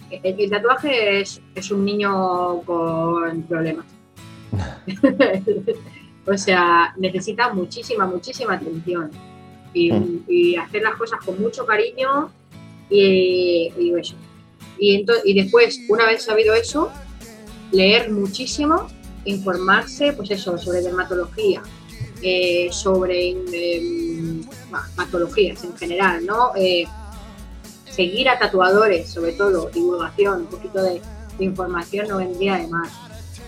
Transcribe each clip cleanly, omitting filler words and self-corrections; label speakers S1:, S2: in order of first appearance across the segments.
S1: El tatuaje es un niño con problemas. O sea, necesita muchísima atención y hacer las cosas con mucho cariño y eso. Y después, una vez sabido eso, leer muchísimo, informarse, pues eso, sobre dermatología, sobre patologías en general, ¿no? Seguir a tatuadores, sobre todo, divulgación, un poquito de información no vendría de más.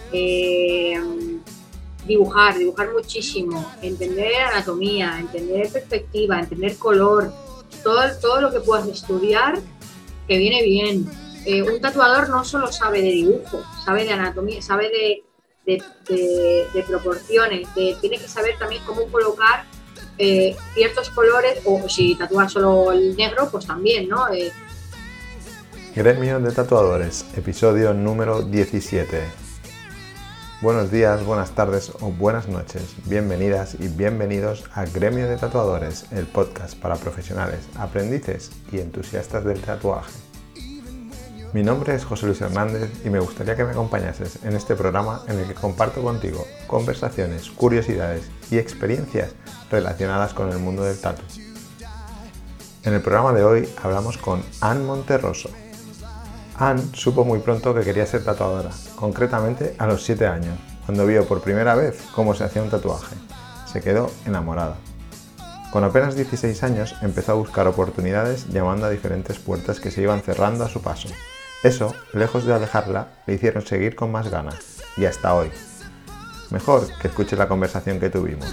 S1: Dibujar muchísimo, entender anatomía, entender perspectiva, entender color, todo lo que puedas estudiar que viene bien. Un tatuador no solo sabe de dibujo, sabe de anatomía, sabe de proporciones, tiene que saber también cómo colocar ciertos colores, o si tatúas solo el negro, pues también, ¿no?
S2: Gremio de Tatuadores, episodio número 17. Buenos días, buenas tardes o buenas noches. Bienvenidas y bienvenidos a Gremio de Tatuadores, el podcast para profesionales, aprendices y entusiastas del tatuaje. Mi nombre es José Luis Hernández y me gustaría que me acompañases en este programa en el que comparto contigo conversaciones, curiosidades y experiencias relacionadas con el mundo del tatu. En el programa de hoy hablamos con Anne Monterroso. Anne supo muy pronto que quería ser tatuadora, concretamente a los 7 años, cuando vio por primera vez cómo se hacía un tatuaje. Se quedó enamorada. Con apenas 16 años empezó a buscar oportunidades llamando a diferentes puertas que se iban cerrando a su paso. Eso, lejos de alejarla, le hicieron seguir con más ganas, y hasta hoy. Mejor que escuches la conversación que tuvimos.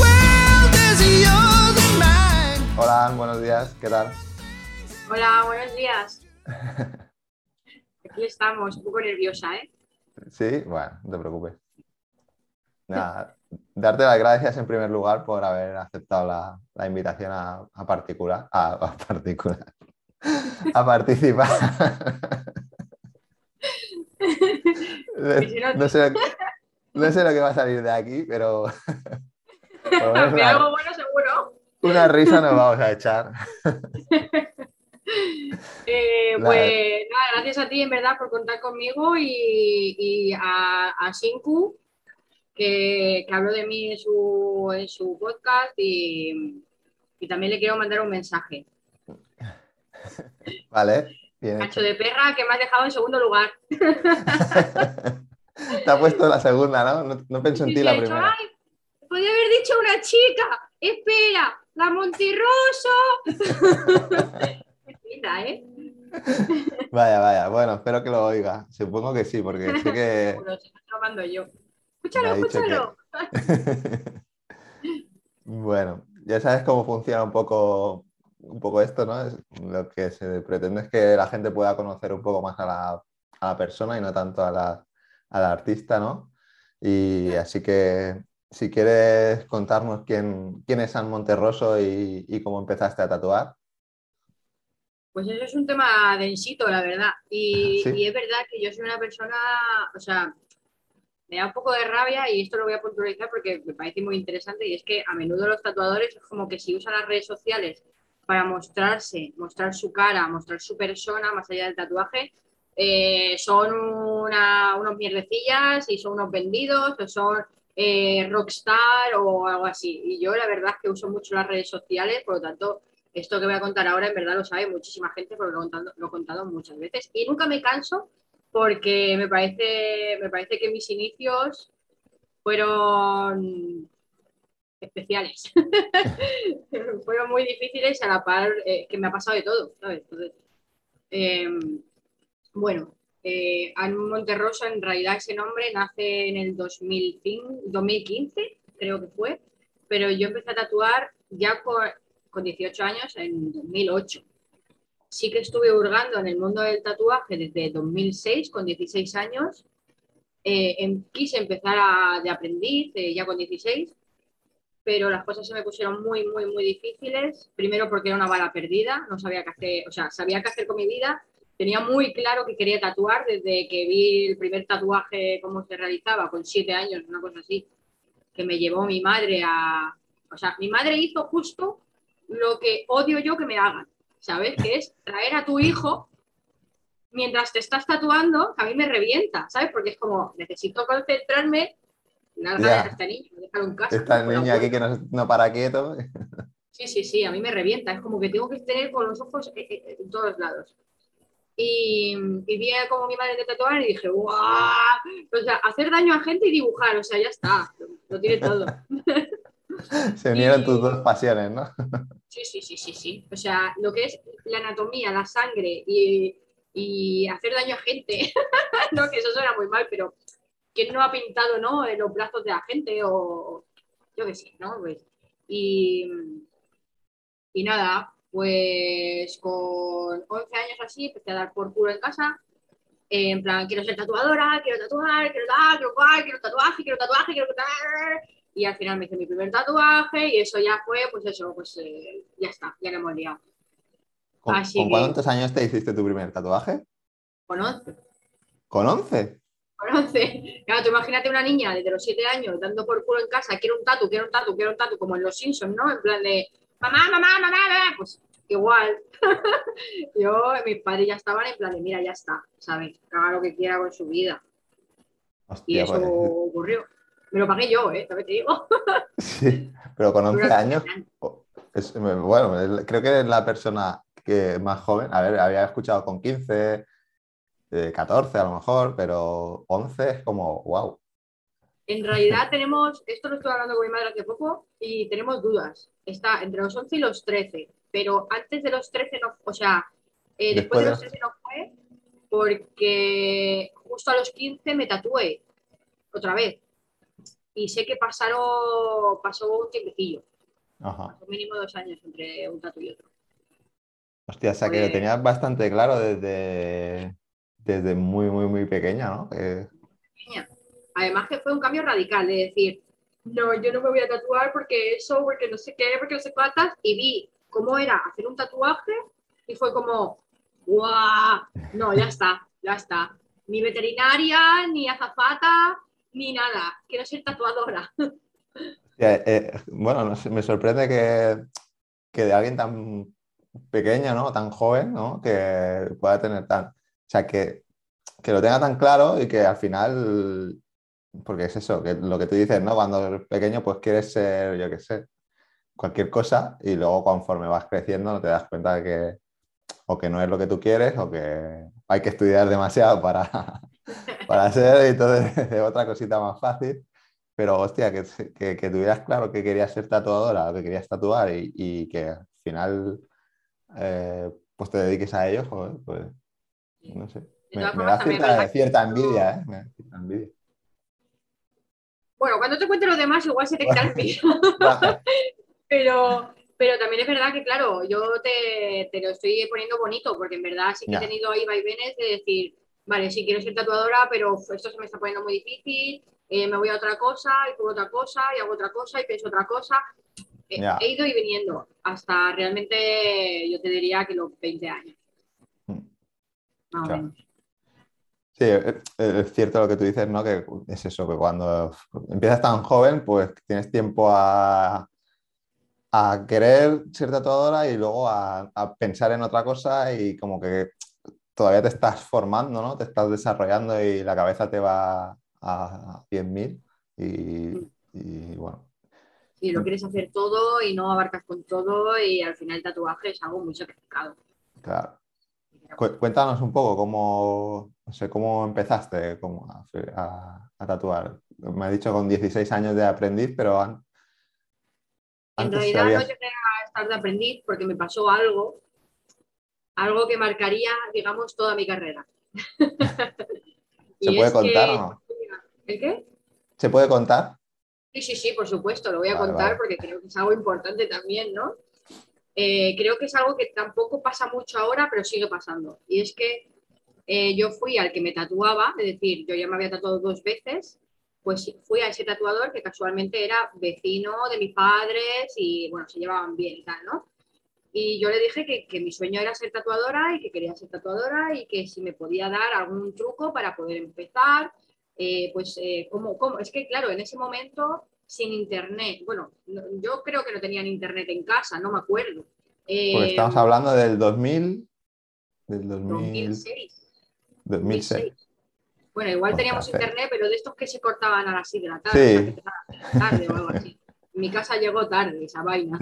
S2: Hola Anne, buenos días, ¿qué tal?
S1: Hola, buenos días. Aquí estamos, un poco nerviosa, ¿eh?
S2: Sí, bueno, no te preocupes. Nada, darte las gracias en primer lugar por haber aceptado la invitación a participar. No sé lo que va a salir de aquí, pero por lo menos
S1: pero algo bueno seguro.
S2: una risa nos vamos a echar.
S1: Pues nada, gracias a ti en verdad por contar conmigo y a Shinku, que habló de mí en su podcast y también le quiero mandar un mensaje.
S2: Vale, bien
S1: Cacho
S2: hecho.
S1: de perra que me has dejado en segundo lugar.
S2: Te ha puesto la segunda, ¿no? No pensó en ti
S1: Sí,
S2: la
S1: ha dicho,
S2: primera.
S1: ay, podría haber dicho una chica. Espera, la Monterroso. Qué linda, ¿eh?
S2: Vaya. Bueno, espero que lo oiga. Supongo que sí, porque sé que
S1: Seguro, se lo mando yo.
S2: me
S1: Escúchalo,
S2: ha dicho que...
S1: escúchalo.
S2: Bueno, ya sabes cómo funciona un poco esto, ¿no? Lo que se pretende es que la gente pueda conocer un poco más a la persona y no tanto al artista, ¿no? Y así que si quieres contarnos quién es Anne Monterroso y cómo empezaste a tatuar.
S1: Pues eso es un tema densito, la verdad. Y
S2: Sí,
S1: es verdad que yo soy una persona, o sea, me da un poco de rabia y esto lo voy a puntualizar porque me parece muy interesante y es que a menudo los tatuadores es como que si usan las redes sociales para mostrarse, mostrar su cara, mostrar su persona más allá del tatuaje, son unos mierdecillas y son unos vendidos o son rockstar o algo así. Y yo la verdad es que uso mucho las redes sociales, por lo tanto, esto que voy a contar ahora en verdad lo sabe muchísima gente porque lo he contado muchas veces y nunca me canso porque me parece que mis inicios fueron especiales. Fueron muy difíciles a la par que me ha pasado de todo, ¿sabes? Entonces, eh, bueno, Anne Monterroso, en realidad ese nombre nace en el 2015, creo que fue, pero yo empecé a tatuar ya con 18 años en 2008. Sí que estuve hurgando en el mundo del tatuaje desde 2006, con 16 años. Quise empezar de aprendiz ya con 16, pero las cosas se me pusieron muy difíciles. Primero porque era una bala perdida, no sabía qué hacer, o sea, sabía qué hacer con mi vida. Tenía muy claro que quería tatuar desde que vi el primer tatuaje, cómo se realizaba, con 7 años, una cosa así, que me llevó mi madre a... O sea, mi madre hizo justo lo que odio yo que me hagan, ¿sabes? Que es traer a tu hijo mientras te estás tatuando, que a mí me revienta, ¿sabes? Porque es como, necesito concentrarme, larga a
S2: Ya,
S1: esta niña, déjalo en casa,
S2: esta
S1: ¿no? Con la
S2: niña aquí
S1: abuela.
S2: que no para quieto.
S1: Sí, sí, sí, a mí me revienta, es como que tengo que tener con los ojos en todos lados. Y vi como mi madre de tatuar y dije, ¡guau! O sea, hacer daño a gente y dibujar, o sea, ya está, lo tiene todo.
S2: Se unieron tus dos
S1: Y
S2: pasiones, ¿no?
S1: sí, sí, sí, sí, sí. O sea, lo que es la anatomía, la sangre y hacer daño a gente, no, que eso suena muy mal, pero ¿quién no ha pintado, no, en los brazos de la gente o yo qué sé, ¿no? Pues, y, y nada, pues con 11 años así empecé a dar por culo en casa. En plan, quiero ser tatuadora, quiero tatuar, quiero tatuaje, quiero tatuaje, quiero tatuar. Y al final me hice mi primer tatuaje y eso ya fue, pues eso, pues ya está, ya lo hemos liado.
S2: Con
S1: Así que
S2: cuántos años te hiciste tu primer tatuaje?
S1: con 11,
S2: ¿Con 11?
S1: con 11. Claro, tú imagínate una niña desde los 7 años dando por culo en casa, quiero un tatu, quiero un tatu, quiero un tatu, como en Los Simpsons, ¿no? En plan de, mamá, mamá, mamá, mamá. Pues igual. Yo, mis padres ya estaban en plan de, mira, ya está, ¿sabes? Que haga lo que quiera con su vida. Y
S2: Hostia,
S1: eso
S2: pues
S1: ocurrió. Me lo pagué yo, también te digo.
S2: sí, pero con
S1: Fue
S2: 11
S1: una
S2: años,
S1: cosa.
S2: bueno, creo que es la persona que más joven, a ver, había escuchado con 15, 14 a lo mejor, pero 11 es como, wow.
S1: En realidad tenemos, esto lo estoy hablando con mi madre hace poco y tenemos dudas. Está entre los 11 y los 13, pero antes de los 13 no, o sea, después
S2: Después
S1: de
S2: de
S1: los
S2: los...
S1: 13 no fue porque justo a los 15 me tatué otra vez y sé que pasó un tiempecillo,
S2: Ajá.
S1: pasó mínimo 2 años entre un tatu y otro.
S2: Hostia, o sea que lo
S1: Pues
S2: tenías bastante claro desde muy, muy, muy pequeña, ¿no?
S1: pequeña. Además que fue un cambio radical de decir, no, yo no me voy a tatuar porque eso, porque no sé qué, porque no sé cuántas, y vi cómo era hacer un tatuaje y fue como, ¡guau! No, ya está, ya está. Ni veterinaria, ni azafata, ni nada. Quiero ser tatuadora.
S2: Bueno, no sé, me sorprende que de alguien tan pequeño, ¿no? Tan joven, ¿no? Que pueda tener tan... O sea, que lo tenga tan claro y que al final, porque es eso, que lo que tú dices, ¿no? Cuando eres pequeño, pues quieres ser, yo qué sé, cualquier cosa y luego conforme vas creciendo no te das cuenta de que o que no es lo que tú quieres o que hay que estudiar demasiado para ser y entonces es otra cosita más fácil. Pero hostia, que tuvieras claro que querías ser tatuadora o que querías tatuar y que al final pues te dediques a ello, joder, pues no sé.
S1: De todas
S2: Me
S1: formas,
S2: da
S1: también es verdad que
S2: cierta
S1: esto...
S2: envidia, ¿eh? Me da cierta envidia.
S1: Bueno, cuando te cuente lo demás, igual se te quita el pie.
S2: Vale,
S1: Pero también es verdad que, claro, yo te lo estoy poniendo bonito, porque en verdad sí que he
S2: ya,
S1: tenido ahí vaivenes de decir, vale, sí quiero ser tatuadora, pero esto se me está poniendo muy difícil, me voy a otra cosa, y pongo otra cosa, y hago otra cosa, y pienso otra cosa. He
S2: ya.
S1: ido y viniendo hasta realmente, yo te diría que los 20 años,
S2: Mm,
S1: más o
S2: claro.
S1: menos.
S2: Sí, es cierto lo que tú dices, ¿no? Que es eso, que cuando empiezas tan joven, pues tienes tiempo a querer ser tatuadora y luego a pensar en otra cosa y como que todavía te estás formando, ¿no? Te estás desarrollando y la cabeza te va a 10.000 y bueno,
S1: Y lo quieres hacer todo y no abarcas con todo, y al final el tatuaje es algo muy sacrificado.
S2: claro. Cuéntanos un poco cómo, no sé, cómo empezaste a tatuar. Me has dicho con 16 años de aprendiz, pero
S1: En
S2: antes
S1: realidad no
S2: sabías...
S1: llegué a estar de aprendiz porque me pasó algo que marcaría, digamos, toda mi carrera.
S2: ¿Se
S1: Y
S2: puede
S1: es
S2: contar o
S1: que,
S2: no?
S1: ¿el qué?
S2: ¿Se puede contar?
S1: Sí, sí, sí, por supuesto, lo voy a
S2: Vale,
S1: contar
S2: vale.
S1: porque creo que es algo importante también, ¿no? Creo que es algo que tampoco pasa mucho ahora, pero sigue pasando. Y es que yo fui al que me tatuaba, es decir, yo ya me había tatuado 2 veces, pues fui a ese tatuador que casualmente era vecino de mis padres y, bueno, se llevaban bien y tal, ¿no? Y yo le dije que mi sueño era ser tatuadora y que quería ser tatuadora y que si me podía dar algún truco para poder empezar, ¿cómo? Es que, claro, en ese momento, sin internet, bueno, yo creo que no tenían internet en casa, no me acuerdo.
S2: Porque
S1: Eh,
S2: estamos hablando del 2000, del 2000,
S1: 2006.
S2: 2006.
S1: 2006. Bueno, igual
S2: Ostras,
S1: teníamos internet, pero de estos que se cortaban a las 6 de la tarde, o sea, que
S2: sí.
S1: empezaban tarde o algo así. En mi casa llegó tarde esa vaina.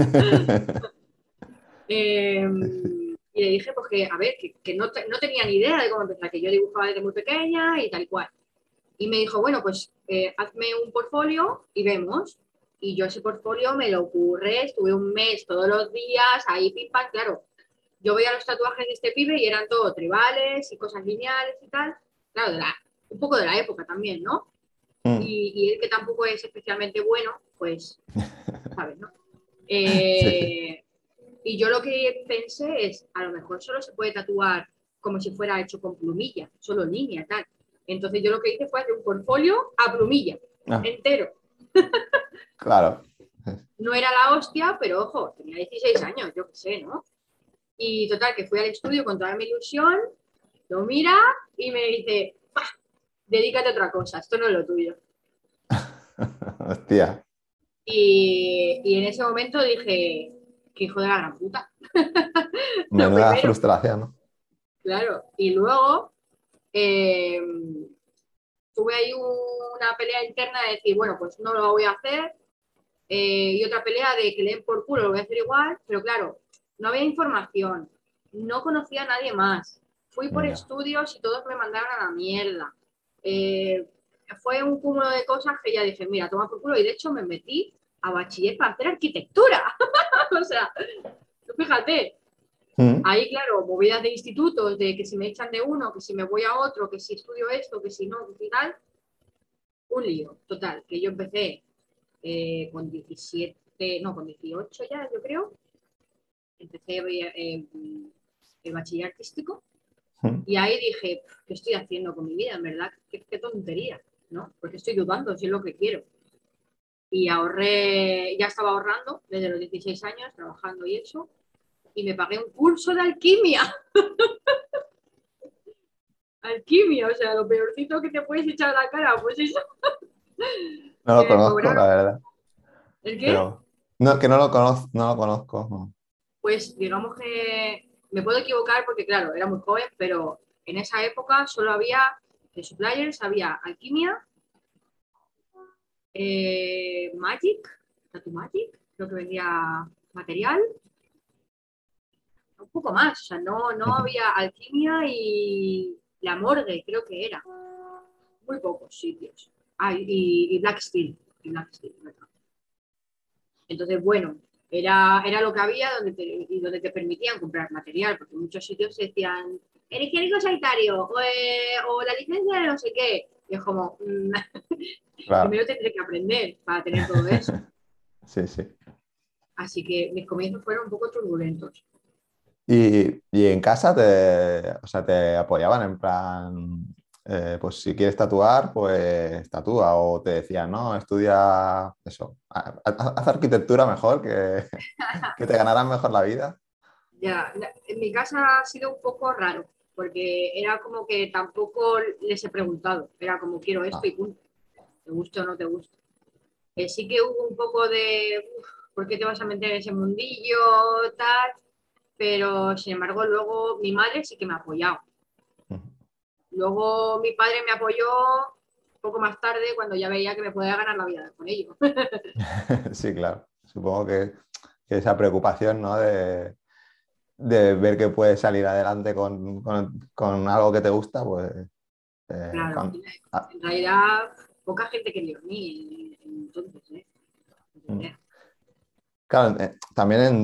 S1: Eh, y le dije, pues que, a ver, que no tenía ni idea de cómo empezar, que yo dibujaba desde muy pequeña y tal y cual. Y me dijo, bueno, pues hazme un portfolio y vemos. Y yo ese portfolio me lo ocurre, estuve un mes todos los días, ahí pim pam, claro. Yo veía los tatuajes de este pibe y eran todo tribales y cosas lineales y tal. Claro, un poco de la época también, ¿no?
S2: Mm,
S1: Y él que tampoco es especialmente bueno, pues, ¿sabes, no?
S2: sí.
S1: Eh, y yo lo que pensé es, a lo mejor solo se puede tatuar como si fuera hecho con plumilla, solo línea, tal. Entonces yo lo que hice fue hacer un portfolio a plumilla,
S2: Ah,
S1: entero.
S2: claro.
S1: No era la hostia, pero ojo, tenía 16 años, yo qué sé, ¿no? Y total, que fui al estudio con toda mi ilusión, lo mira y me dice, dedícate a otra cosa, esto no es lo tuyo.
S2: Hostia,
S1: Y en ese momento dije, qué hijo de la gran puta. Lo
S2: menuda
S1: primero,
S2: frustración, ¿no?
S1: claro. Y luego eh, tuve ahí una pelea interna de decir, bueno, pues no lo voy a hacer. Y otra pelea de que leen por culo, lo voy a hacer igual. Pero claro, no había información. No conocía a nadie más. Fui por
S2: Ya.
S1: estudios y todos me mandaron a la mierda. Eh, fue un cúmulo de cosas que ya dije, mira, toma por culo. Y de hecho me metí a bachiller para hacer arquitectura. O sea, fíjate,
S2: Mm.
S1: ahí, claro, movidas de institutos, de que si me echan de uno, que si me voy a otro, que si estudio esto, que si no, que si tal, un lío, total, que yo empecé con 17, no, con 18 ya, yo creo, empecé el bachiller artístico
S2: Mm.
S1: y ahí dije, ¿qué estoy haciendo con mi vida? En verdad, qué tontería, ¿no? Porque estoy dudando si es lo que quiero. Y ahorré, ya estaba ahorrando desde los 16 años, trabajando y eso, y me pagué un curso de alquimia. Alquimia, o sea, lo peorcito que te puedes echar a la cara, pues eso,
S2: No lo
S1: que me
S2: conozco, la
S1: cobraron.
S2: verdad.
S1: ¿El qué?
S2: Pero no, que no lo conozco, no lo conozco. No.
S1: Pues digamos que me puedo equivocar porque, claro, era muy joven, pero en esa época solo había de suppliers, había alquimia, Magic, Tattoo Magic, creo que vendía material, un poco más, o sea, no había alquimia y la morgue, creo que era, muy pocos sitios. Ah, y Black Steel, y Black Steel, ¿verdad? Entonces, bueno, era lo que había y donde te permitían comprar material, porque muchos sitios decían, el higiénico sanitario o la licencia de no sé qué. Y es como,
S2: Claro.
S1: primero tendré que aprender para tener todo eso.
S2: Sí, sí.
S1: Así que mis comienzos fueron un poco turbulentos.
S2: Y en casa o sea, te apoyaban en plan, pues si quieres tatuar, pues tatúa. O te decían, no, estudia eso, haz arquitectura mejor, que te ganarán mejor la vida.
S1: Ya, en mi casa ha sido un poco raro, porque era como que tampoco les he preguntado, era como quiero esto y
S2: Ah,
S1: punto, te guste o no te guste. Sí que hubo un poco de, uf, ¿por qué te vas a meter en ese mundillo, tal? Pero sin embargo luego mi madre sí que me ha apoyado.
S2: ujú.
S1: Luego mi padre me apoyó un poco más tarde cuando ya veía que me podía ganar la vida con ello.
S2: Sí, claro. Supongo que esa preocupación, ¿no? De ver que puedes salir adelante con algo que te gusta, pues
S1: Claro,
S2: ah,
S1: en realidad poca gente quería en mí entonces, ¿eh?
S2: mm. Claro, también en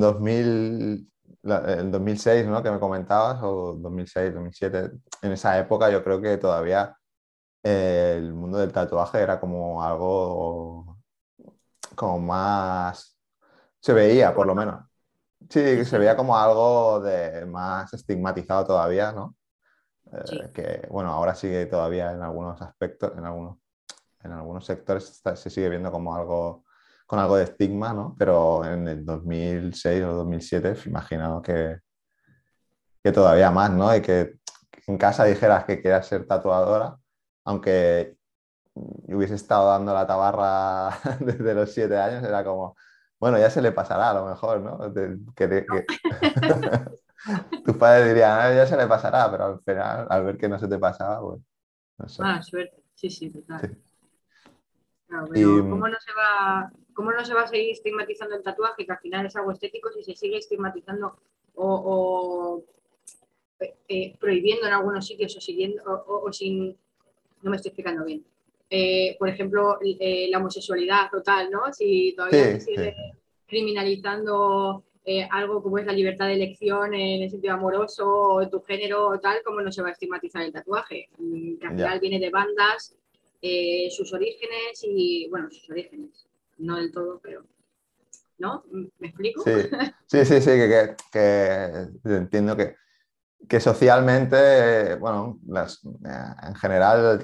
S2: 2006, ¿no? Que me comentabas, o 2006, 2007, en esa época yo creo que todavía el mundo del tatuaje era como algo como más, se veía por lo
S1: Bueno,
S2: menos. Sí,
S1: sí,
S2: se
S1: sí,
S2: veía como algo de más estigmatizado todavía, ¿no?
S1: sí,
S2: Que bueno, ahora sigue todavía en algunos aspectos, en algunos sectores se sigue viendo como algo con algo de estigma, ¿no? Pero en el 2006 o 2007, imagino que todavía más, ¿no? Y que en casa dijeras que quieras ser tatuadora, aunque hubiese estado dando la tabarra desde los 7 años, era como, bueno, ya se le pasará a lo mejor, ¿no?
S1: no.
S2: Tus padres dirían, "Ah, ya se le pasará", pero al final, al ver que no se te pasaba, pues, no sé.
S1: Mala suerte. Sí, sí,
S2: Sí.
S1: total. Claro,
S2: Y
S1: pero cómo no se va a seguir estigmatizando el tatuaje, que al final es algo estético, si se sigue estigmatizando o prohibiendo en algunos sitios o siguiendo o sin, no me estoy explicando bien. Por ejemplo, la homosexualidad total, ¿no? Si todavía se
S2: sí, sí,
S1: sigue criminalizando algo como es la libertad de elección en el sentido amoroso o tu género o tal, ¿cómo no se va a estigmatizar el tatuaje? Que al final
S2: ya.
S1: viene de bandas, sus orígenes y, bueno, sus orígenes, no del todo, pero, ¿no? ¿Me explico?
S2: Sí, sí, sí, sí, que entiendo que socialmente, bueno, en general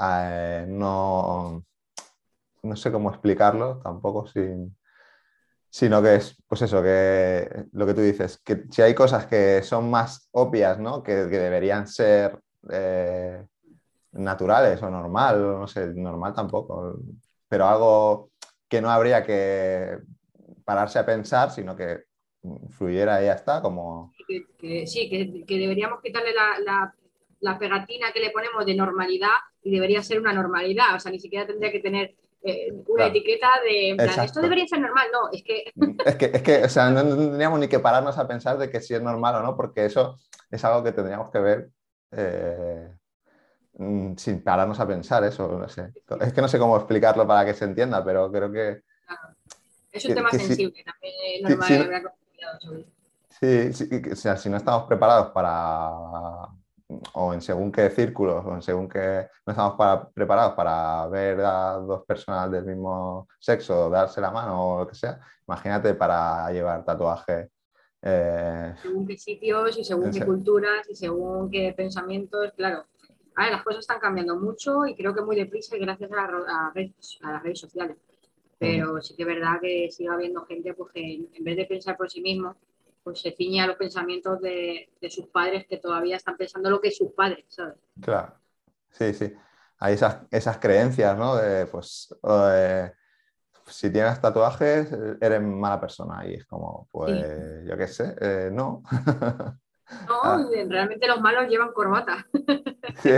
S2: no, no sé cómo explicarlo tampoco, sino que es, pues eso, que lo que tú dices, que si hay cosas que son más obvias, ¿no? Que deberían ser naturales o normal, o no sé, normal tampoco, pero algo que no habría que pararse a pensar, sino que fluyera y ya está, como...
S1: Sí, que deberíamos quitarle la pegatina que le ponemos de normalidad y debería ser una normalidad. O sea, ni siquiera tendría que tener una
S2: Claro,
S1: etiqueta de, en plan, esto
S2: exacto.
S1: debería ser normal. No, es que,
S2: O sea, no tendríamos ni que pararnos a pensar de que si es normal o no, porque eso es algo que tendríamos que ver eh, sin pararnos a pensar eso, no sé. Es que no sé cómo explicarlo para que se entienda, pero creo
S1: claro, es un tema
S2: que sí,
S1: sensible, también es
S2: sí,
S1: normal
S2: sí,
S1: hablar con cuidado sobre eso.
S2: sí, sí, o sea, si no estamos preparados para, o en según qué círculos, o en según qué, no estamos preparados para ver a dos personas del mismo sexo, darse la mano o lo que sea, imagínate para llevar tatuaje. eh,
S1: Según qué sitios y según
S2: en
S1: qué
S2: se-
S1: culturas y según qué pensamientos, claro. A ver, las cosas están cambiando mucho y creo que muy deprisa y gracias a las redes sociales.
S2: Ujú,
S1: Pero sí que es verdad que sigue habiendo gente pues, que en vez de pensar por sí mismo, pues se ciñe a los pensamientos de sus padres que todavía están pensando lo que sus padres, ¿sabes?
S2: claro, sí, sí. Hay esas creencias, ¿no? De, pues, si tienes tatuajes, eres mala persona. Y es como,
S1: Sí.
S2: pues, yo qué sé, no.
S1: No,
S2: Ah,
S1: realmente los malos llevan corbata.
S2: sí.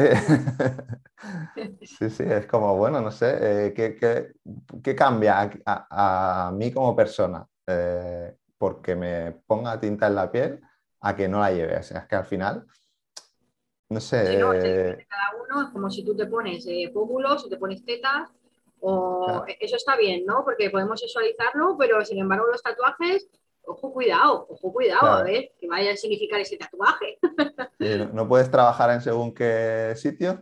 S2: Sí, sí, es como, bueno, no sé, ¿qué cambia a mí como persona? Porque me ponga tinta en la piel a que no la lleve. O sea, es que al final, no sé,
S1: Si no, es elección de cada uno, es como si tú te pones pómulos o te pones tetas, o
S2: claro,
S1: eso está bien, ¿no? Porque podemos sexualizarlo, pero sin embargo los tatuajes, ojo cuidado, a
S2: claro.
S1: ver, que vaya a significar ese tatuaje.
S2: Sí, no, no puedes trabajar en según qué sitios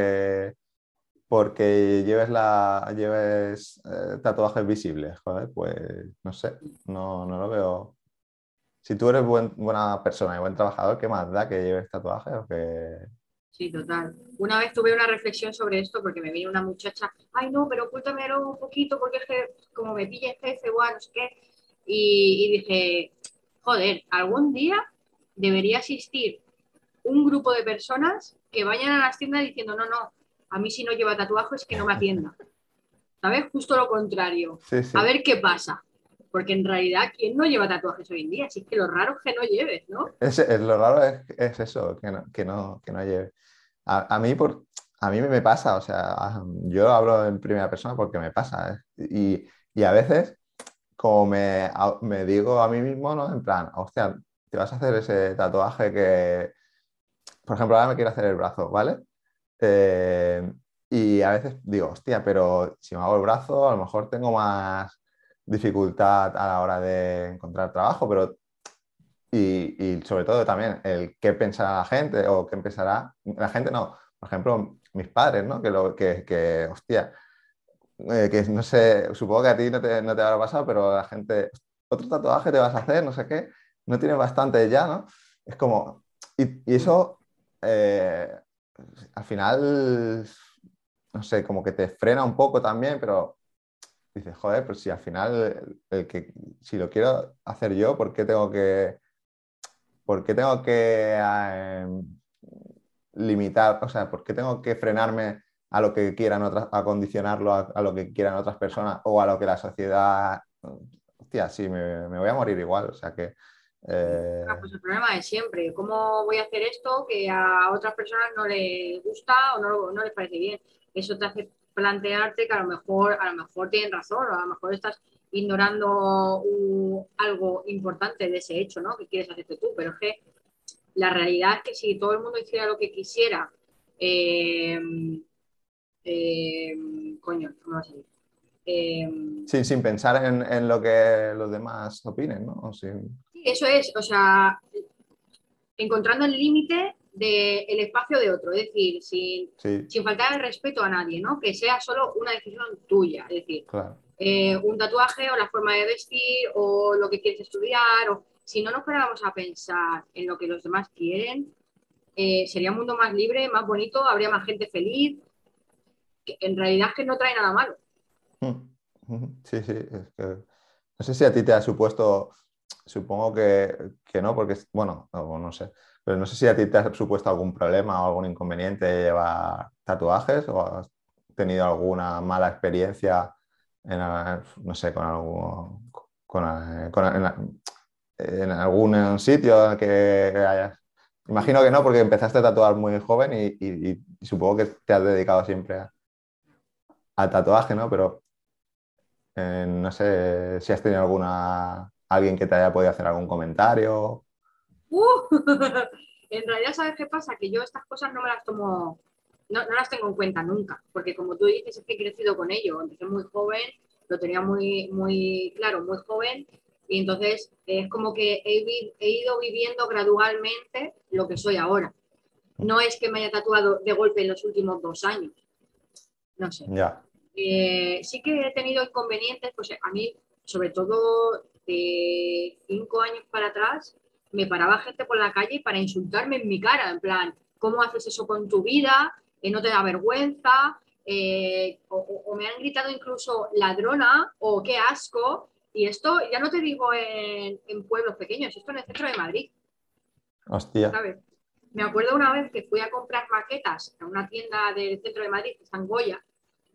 S2: porque lleves tatuajes visibles. Joder, pues no sé, no lo veo. Si tú eres buena persona y buen trabajador, ¿qué más da que lleves tatuajes o que...
S1: Sí, total. Una vez tuve una reflexión sobre esto porque me vino una muchacha, ay no, pero ocúltamelo un poquito porque es que como me pilla el jefe, bueno, no sé qué. Y dije, joder, algún día debería existir un grupo de personas que vayan a las tiendas diciendo, no, no, a mí si no lleva tatuajes que no me atienda. ¿Sabes? Justo lo contrario.
S2: Sí,
S1: A
S2: sí.
S1: ver qué pasa. Porque en realidad, ¿quién no lleva tatuajes hoy en día? Si es que lo raro es que no lleves, ¿no?
S2: Lo raro es eso, que no lleve. A mí me pasa, o sea, yo hablo en primera persona porque me pasa, ¿eh? Y a veces, como me digo a mí mismo, ¿no? En plan, hostia, te vas a hacer ese tatuaje que, por ejemplo, ahora me quiero hacer el brazo, ¿vale? Eh, y a veces digo, hostia, pero si me hago el brazo, a lo mejor tengo más dificultad a la hora de encontrar trabajo, pero y sobre todo también el qué pensará la gente o qué pensará la gente, no, por ejemplo, mis padres, ¿no? Hostia, que no sé, supongo que a ti no te habrá pasado, pero la gente, otro tatuaje te vas a hacer, no sé qué, no tienes bastante ya, ¿no? Es como, y eso eh, al final, no sé, como que te frena un poco también, pero dices, joder, pues si al final, si lo quiero hacer yo, ¿por qué tengo que limitar, o sea, por qué tengo que frenarme a lo que quieran otras, a condicionarlo a lo que quieran otras personas o a lo que la sociedad... Hostia, sí, me voy a morir igual, o sea que
S1: Pues el problema es siempre, ¿cómo voy a hacer esto que a otras personas no les gusta o no les parece bien? Eso te hace plantearte que a lo mejor tienen razón o a lo mejor estás ignorando algo importante de ese hecho, ¿no? Que quieres hacerte tú, pero es que la realidad es que si todo el mundo hiciera lo que quisiera, eh, eh, coño, ¿cómo va a ser? Eh,
S2: sin pensar en lo que los demás opinen, ¿no? O
S1: sí, eso es, o sea, encontrando el límite del espacio de otro, es decir,
S2: sí,
S1: sin faltar el respeto a nadie, ¿no? Que sea solo una decisión tuya, es decir,
S2: claro.
S1: un tatuaje o la forma de vestir o lo que quieres estudiar, o si no nos paráramos a pensar en lo que los demás quieren, sería un mundo más libre, más bonito, habría más gente feliz, que en realidad es que no trae nada malo.
S2: Sí, sí, es que no sé si a ti te ha supuesto, supongo que no, porque, bueno, no sé, pero no sé si a ti te ha supuesto algún problema o algún inconveniente llevar tatuajes o has tenido alguna mala experiencia en, no sé, con algún, en algún sitio en que hayas... Imagino que no, porque empezaste a tatuar muy joven y supongo que te has dedicado siempre al tatuaje, ¿no? Pero no sé si has tenido alguien que te haya podido hacer algún comentario.
S1: ¡Uh! En realidad, ¿sabes qué pasa? Que yo estas cosas no me las tomo, no las tengo en cuenta nunca, porque como tú dices, es que he crecido con ello. Empecé muy joven, lo tenía muy claro, muy joven, y entonces es como que he ido viviendo gradualmente lo que soy ahora. No es que me haya tatuado de golpe en los últimos 2 años, no sé.
S2: Ya,
S1: Sí que he tenido inconvenientes, pues a mí, sobre todo de 5 años para atrás, me paraba gente por la calle para insultarme en mi cara, en plan, ¿cómo haces eso con tu vida? ¿No te da vergüenza? O me han gritado incluso ladrona o qué asco. Y esto ya no te digo en pueblos pequeños, esto en el centro de Madrid,
S2: hostia.
S1: ¿sabes? Me acuerdo una vez que fui a comprar maquetas a una tienda del centro de Madrid, que está en Goya,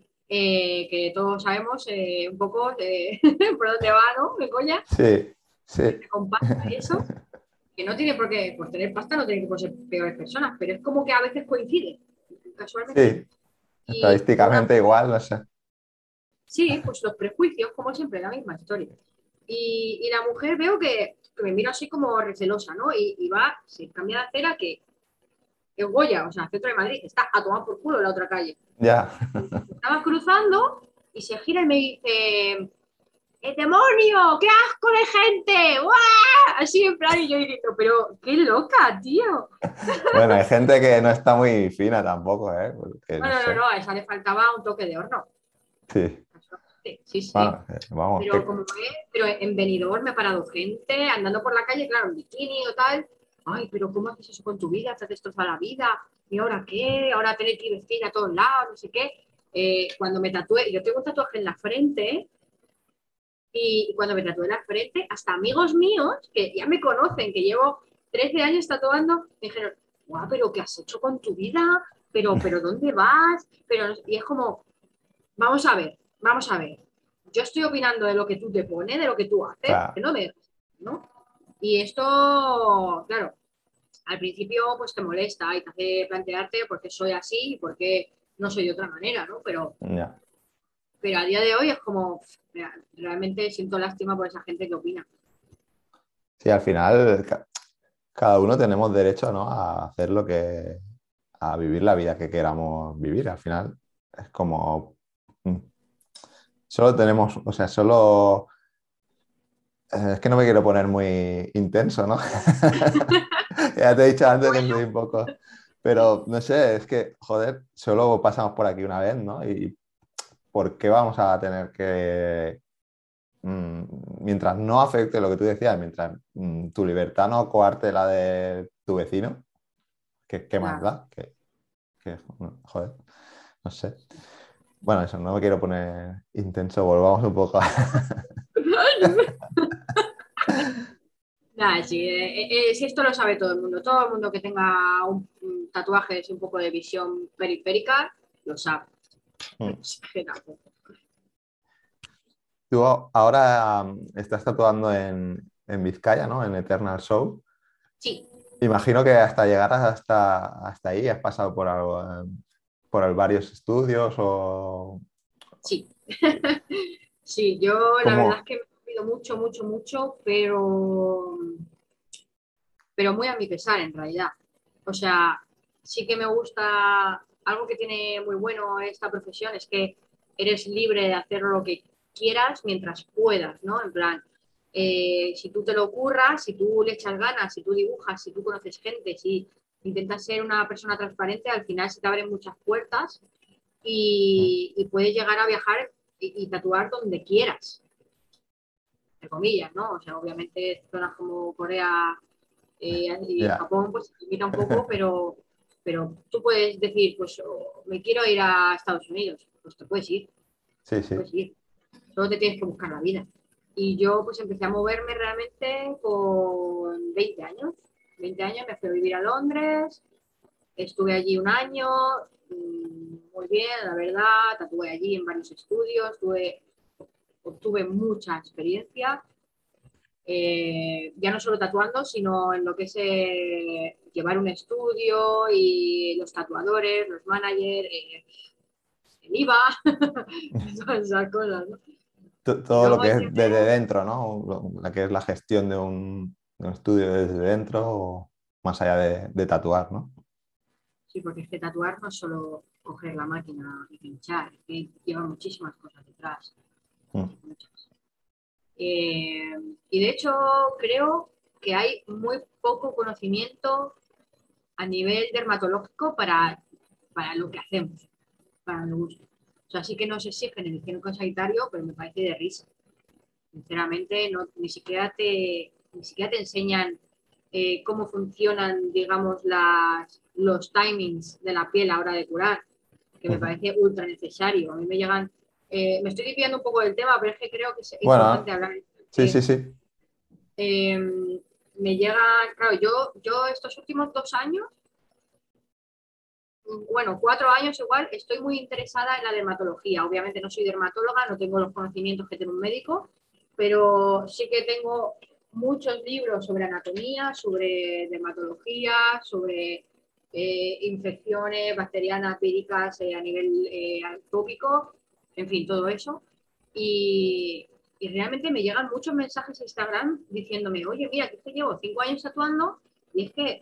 S1: que todos sabemos un poco por dónde va, ¿no? Begoña,
S2: Sí, sí.
S1: con pasta y eso, que no tiene por qué, pues tener pasta no tiene que por ser peores personas, pero es como que a veces coincide, casualmente.
S2: Sí,
S1: Y una
S2: estadísticamente
S1: mujer,
S2: igual, no sé.
S1: sí, pues los prejuicios, como siempre, la misma historia. Y la mujer veo que me mira así como recelosa, ¿no? Y va, se cambia de acera que es Goya, o sea, centro de Madrid, está a tomar por culo en la otra calle.
S2: Ya.
S1: Estaba cruzando y se gira y me dice, ¡el demonio! ¡Qué asco de gente! ¡Guau! Así en plan, y yo diciendo, pero qué loca, tío.
S2: Bueno, hay gente que no está muy fina tampoco, ¿eh? Porque no
S1: Bueno, no,
S2: sé.
S1: no, a esa le faltaba un toque de horno.
S2: Sí.
S1: Sí, sí.
S2: Bueno, vamos,
S1: Pero como es, pero en Benidorm me ha parado gente andando por la calle, claro, en bikini o tal. Ay, pero ¿cómo haces eso con tu vida? Te has destrozado la vida. ¿Y ahora qué? Ahora tener que ir vestida a todos lados, no sé qué. Cuando me tatué, yo tengo un tatuaje en la frente. Y cuando me tatué la frente, hasta amigos míos que ya me conocen, que llevo 13 años tatuando, me dijeron, guau, pero ¿qué has hecho con tu vida? Pero ¿dónde vas? Y es como, vamos a ver. Yo estoy opinando de lo que tú te pones, de lo que tú haces, que
S2: claro.
S1: no me dejes, ¿no? Y esto, claro, al principio pues te molesta y te hace plantearte por qué soy así y por qué no soy de otra manera, ¿no?
S2: Ya.
S1: Pero a día de hoy es como, realmente siento lástima por esa gente que opina.
S2: Sí, al final cada uno tenemos derecho, ¿no? A hacer a vivir la vida que queramos vivir. Al final es como, solo tenemos, o sea, solo, es que no me quiero poner muy intenso, ¿no? Ya te he dicho antes que soy un poco, pero no sé, es que, joder, solo pasamos por aquí una vez, ¿no? Y ¿por qué vamos a tener que, mm, mientras no afecte lo que tú decías, mientras tu libertad no coarte la de tu vecino, ¿qué más
S1: Claro.
S2: da? Joder, no sé. Bueno, eso, no me quiero poner intenso, volvamos un poco a...
S1: Nada, sí, sí, esto lo sabe todo el mundo. Todo el mundo que tenga un tatuaje y un poco de visión periférica, lo sabe. Es que tampoco.
S2: Tú ahora estás tatuando en Vizcaya, ¿no? En Eternal Show.
S1: Sí,
S2: Imagino que hasta llegar hasta ahí has pasado por algo, por varios estudios o
S1: sí. Sí, yo la verdad es
S2: cómo.
S1: que me he movido mucho, mucho, mucho, pero muy a mi pesar en realidad. O sea, sí que me gusta, algo que tiene muy bueno esta profesión es que eres libre de hacer lo que quieras mientras puedas, ¿no? En plan, si tú te lo ocurras, si tú le echas ganas, si tú dibujas, si tú conoces gente, si intentas ser una persona transparente, al final se te abren muchas puertas y puedes llegar a viajar y tatuar donde quieras, entre comillas, ¿no? O sea, obviamente zonas como Corea y
S2: Ya,
S1: Japón pues se limita un poco, pero tú puedes decir, pues me quiero ir a Estados Unidos, pues
S2: sí,
S1: te puedes
S2: sí.
S1: ir, solo te tienes que buscar la vida. Y yo pues empecé a moverme realmente con 20 años. 20 años me fui a vivir a Londres, estuve allí un año, muy bien, la verdad, tatué allí en varios estudios, obtuve mucha experiencia, ya no solo tatuando, sino en lo que es llevar un estudio y los tatuadores, los managers, el IVA, todas esas cosas, ¿no? Y
S2: Todo lo
S1: luego
S2: que es
S1: llegué,
S2: desde dentro, ¿no? La que es la gestión de un estudio desde dentro, o más allá de tatuar, ¿no?
S1: sí, porque es que tatuar no es solo coger la máquina y pinchar, es que lleva muchísimas cosas detrás,
S2: Mm,
S1: muchas. Eh, y de hecho creo que hay muy poco conocimiento a nivel dermatológico para lo que hacemos, para mi gusto. O sea, sí que nos exigen el higiénico sanitario, pero me parece de risa. Sinceramente, no, ni siquiera te enseñan cómo funcionan, digamos, los timings de la piel a la hora de curar, que me
S2: ujú.
S1: parece ultra necesario. A mí me llegan, me estoy desviando un poco del tema, pero es que creo que es importante
S2: Bueno,
S1: hablar.
S2: sí, sí, sí.
S1: Eh, Me llega, claro, yo estos últimos 2 años, bueno, 4 años igual, estoy muy interesada en la dermatología. Obviamente no soy dermatóloga, no tengo los conocimientos que tiene un médico, pero sí que tengo muchos libros sobre anatomía, sobre dermatología, sobre infecciones bacterianas, víricas a nivel tópico, en fin, todo eso. Y, y realmente me llegan muchos mensajes a Instagram diciéndome, oye, mira, que llevo 5 años tatuando y es que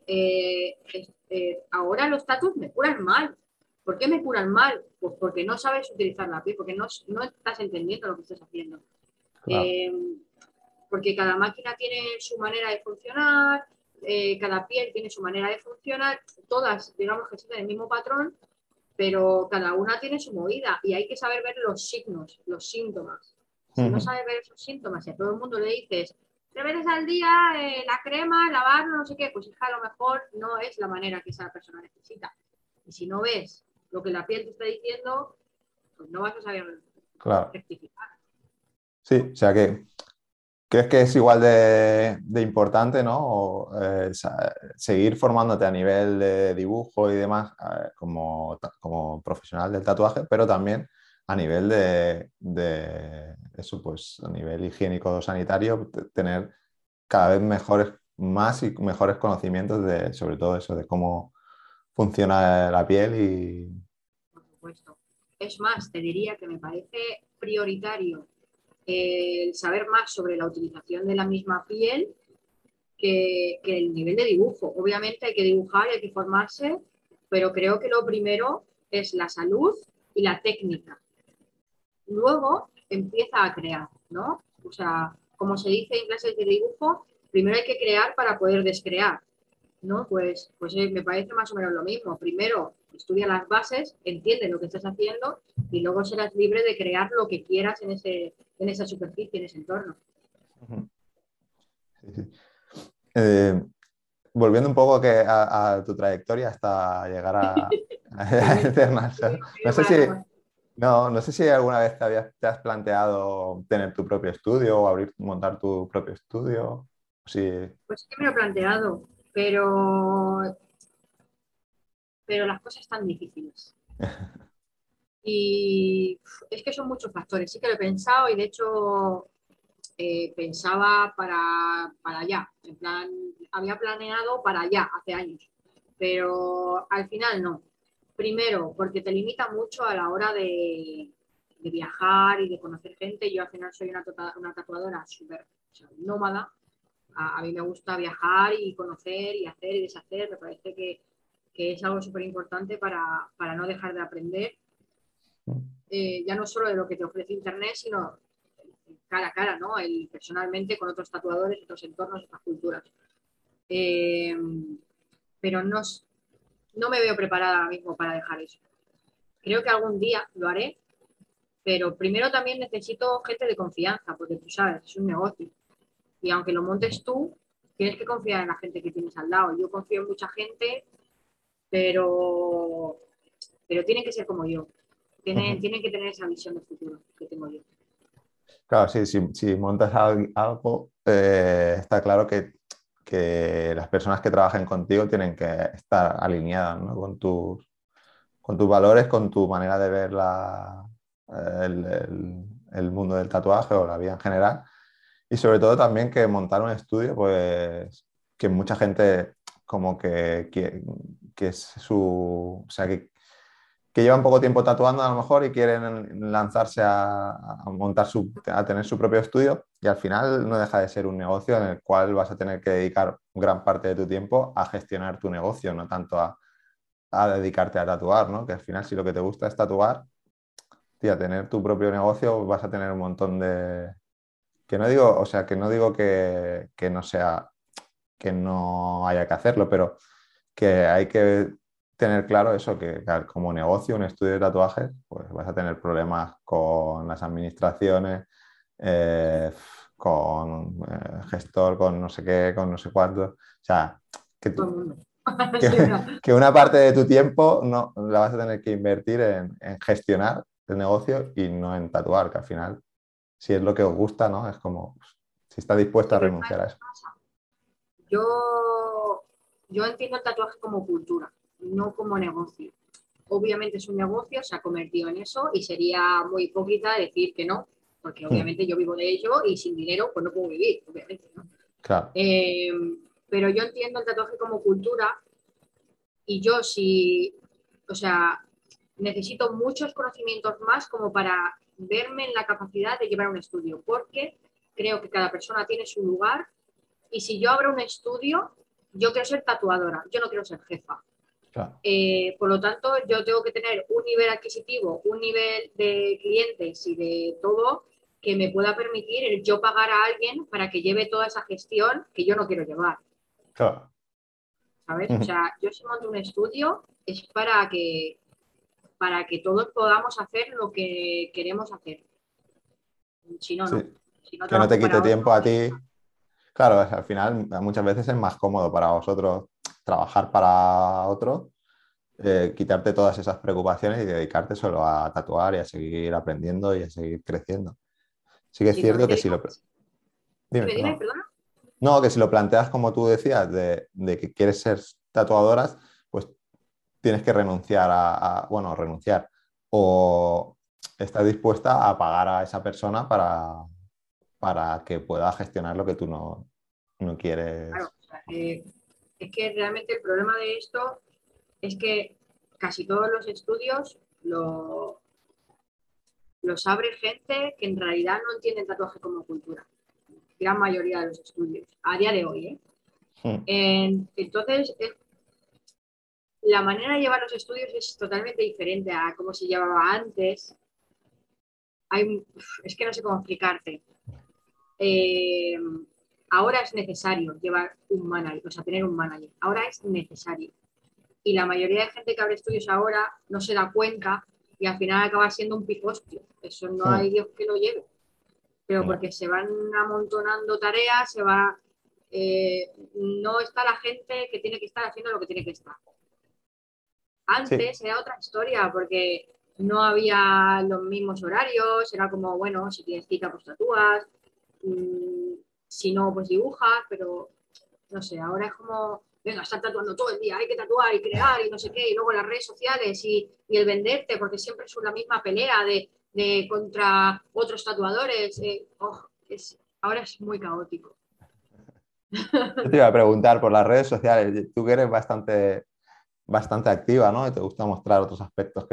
S1: ahora los tatus me curan mal. ¿Por qué me curan mal? Pues porque no sabes utilizar la piel, porque no estás entendiendo lo que estás haciendo.
S2: Claro.
S1: Eh, Porque cada máquina tiene su manera de funcionar, cada piel tiene su manera de funcionar, todas, digamos que siguen el mismo patrón, pero cada una tiene su movida y hay que saber ver los signos, los síntomas. Si no
S2: Ujú.
S1: sabes ver esos síntomas y a todo el mundo le dices 3 veces al día la crema, lavarlo, no sé qué, pues hija, a lo mejor no es la manera que esa persona necesita. Y si no ves lo que la piel te está diciendo, pues no vas a saber
S2: Claro.
S1: rectificar.
S2: Sí, o sea que ¿crees que es igual de importante, ¿no? O, seguir formándote a nivel de dibujo y demás como profesional del tatuaje, pero también a nivel de eso, pues a nivel higiénico sanitario, tener cada vez más y mejores conocimientos sobre todo eso, de cómo funciona la piel y...
S1: Por supuesto. Es más, te diría que me parece prioritario el saber más sobre la utilización de la misma piel que el nivel de dibujo. Obviamente hay que dibujar, hay que formarse, pero creo que lo primero es la salud y la técnica. Luego empieza a crear, ¿no? O sea, como se dice en clases de dibujo, primero hay que crear para poder descrear, ¿no? Pues me parece más o menos lo mismo. Primero estudia las bases, entiende lo que estás haciendo y luego serás libre de crear lo que quieras en esa superficie, en ese entorno.
S2: Ujú. Sí, sí. Eh, Volviendo un poco a tu trayectoria hasta llegar a
S1: Sí,
S2: Eternal. No sé
S1: para
S2: si,
S1: tomar.
S2: no sé si alguna vez te has planteado tener tu propio estudio o montar tu propio estudio. Sí.
S1: Pues sí que me lo he planteado, pero las cosas están difíciles. Y es que son muchos factores. Sí que lo he pensado y de hecho pensaba para allá, en plan, había planeado para allá hace años, pero al final no. Primero, porque te limita mucho a la hora de viajar y de conocer gente. Yo al final soy una tatuadora súper, o sea, nómada. A mí me gusta viajar y conocer y hacer y deshacer. Me parece que es algo súper importante para no dejar de aprender, ya no solo de lo que te ofrece Internet, sino cara a cara, ¿no? El, personalmente con otros tatuadores, otros entornos, otras culturas. Eh, pero no me veo preparada ahora mismo para dejar eso. Creo que algún día lo haré, pero primero también necesito gente de confianza, porque tú sabes, es un negocio. Y aunque lo montes tú, tienes que confiar en la gente que tienes al lado. Yo confío en mucha gente, pero, pero tienen que ser como yo. Tienen que tener esa visión de futuro que tengo yo.
S2: Claro, sí, si montas algo, está claro que las personas que trabajen contigo tienen que estar alineadas, ¿no? Con tus valores, con tu manera de ver el mundo del tatuaje o la vida en general. Y sobre todo también que montar un estudio, pues que mucha gente como que es o sea, que llevan poco tiempo tatuando a lo mejor y quieren lanzarse a montar a tener su propio estudio y al final no deja de ser un negocio en el cual vas a tener que dedicar gran parte de tu tiempo a gestionar tu negocio, no tanto a dedicarte a tatuar, ¿no? Que al final si lo que te gusta es tatuar, tío, tener tu propio negocio vas a tener un montón de... Que no digo, o sea, que no digo que no sea, que no haya que hacerlo, pero que hay que tener claro eso, que claro, como negocio, un estudio de tatuajes, pues vas a tener problemas con las administraciones, eh, con gestor, con no sé qué, con no sé cuánto. O sea, que,
S1: Todo el mundo.
S2: que,
S1: Sí, no.
S2: que una parte de tu tiempo no la vas a tener que invertir en gestionar el negocio y no en tatuar, que al final, si es lo que os gusta, ¿no? Es como, pues, si está dispuesto
S1: Sí,
S2: a
S1: pero
S2: renunciar a eso.
S1: yo entiendo el tatuaje como cultura, no como negocio. Obviamente es un negocio, se ha convertido en eso y sería muy hipócrita decir que no, porque
S2: Hmm,
S1: obviamente yo vivo de ello y sin dinero pues no puedo vivir, obviamente, ¿no?
S2: claro,
S1: Eh, pero yo entiendo el tatuaje como cultura y yo sí, o sea, necesito muchos conocimientos más como para verme en la capacidad de llevar un estudio, porque creo que cada persona tiene su lugar y si yo abro un estudio, yo quiero ser tatuadora, yo no quiero ser jefa.
S2: claro.
S1: Por lo tanto, yo tengo que tener un nivel adquisitivo, un nivel de clientes y de todo que me pueda permitir el yo pagar a alguien para que lleve toda esa gestión que yo no quiero llevar,
S2: Claro.
S1: ¿sabes? O sea, yo si monto un estudio es para que todos podamos hacer lo que queremos hacer. Si no,
S2: Sí,
S1: no. Si no
S2: que no te
S1: trabajo
S2: quite
S1: para otro,
S2: tiempo a ti. Claro, al final muchas veces es más cómodo para vosotros trabajar para otro, quitarte todas esas preocupaciones y dedicarte solo a tatuar y a seguir aprendiendo y a seguir creciendo. Sí que es
S1: si también
S2: cierto
S1: te
S2: que si
S1: digo,
S2: lo... Dime,
S1: dime,
S2: perdón.
S1: perdona.
S2: No, que si lo planteas como tú decías, de que quieres ser tatuadoras, pues tienes que renunciar bueno, renunciar o estás dispuesta a pagar a esa persona para que pueda gestionar lo que tú no
S1: Claro,
S2: quieres.
S1: o sea, es que realmente el problema de esto es que casi todos los estudios los abre gente que en realidad no entiende el tatuaje como cultura. Gran mayoría de los estudios, a día de hoy, ¿eh?
S2: Hmm,
S1: Entonces, la manera de llevar los estudios es totalmente diferente a cómo se llevaba antes. Es que no sé cómo explicarte. Eh, ahora es necesario llevar un manager, o sea, tener un manager. Ahora es necesario. Y la mayoría de gente que abre estudios ahora no se da cuenta y al final acaba siendo un pifostio. Eso no
S2: hmm,
S1: hay Dios que lo lleve. Pero
S2: ya.
S1: porque se van amontonando tareas, no está la gente que tiene que estar haciendo lo que tiene que estar.
S2: Sí,
S1: Antes era otra historia, porque no había los mismos horarios, era como, bueno, si tienes cita, pues tatúas, mmm, si no, pues dibujas, pero no sé, ahora es como, venga, estar tatuando todo el día, hay que tatuar y crear y no sé qué, y luego las redes sociales y el venderte, porque siempre es la misma pelea de contra otros tatuadores. ahora es muy caótico.
S2: Yo te iba a preguntar por las redes sociales. Tú que eres bastante activa, ¿no? Y te gusta mostrar otros aspectos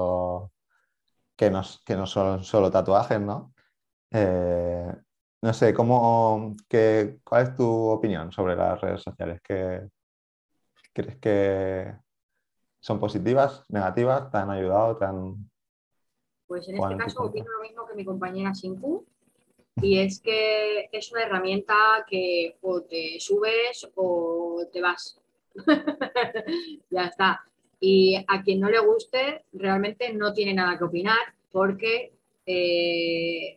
S2: que no son solo tatuajes, ¿no? Eh, no sé, ¿cuál es tu opinión sobre las redes sociales? ¿Crees que son positivas, negativas? ¿Te han ayudado? ¿Te han
S1: Pues en
S2: jugado
S1: este
S2: en tu
S1: caso
S2: contra?
S1: opino lo mismo que mi compañera Sinku, y es que es una herramienta que o te subes o te vas. Ya está. Y a quien no le guste, realmente no tiene nada que opinar porque eh,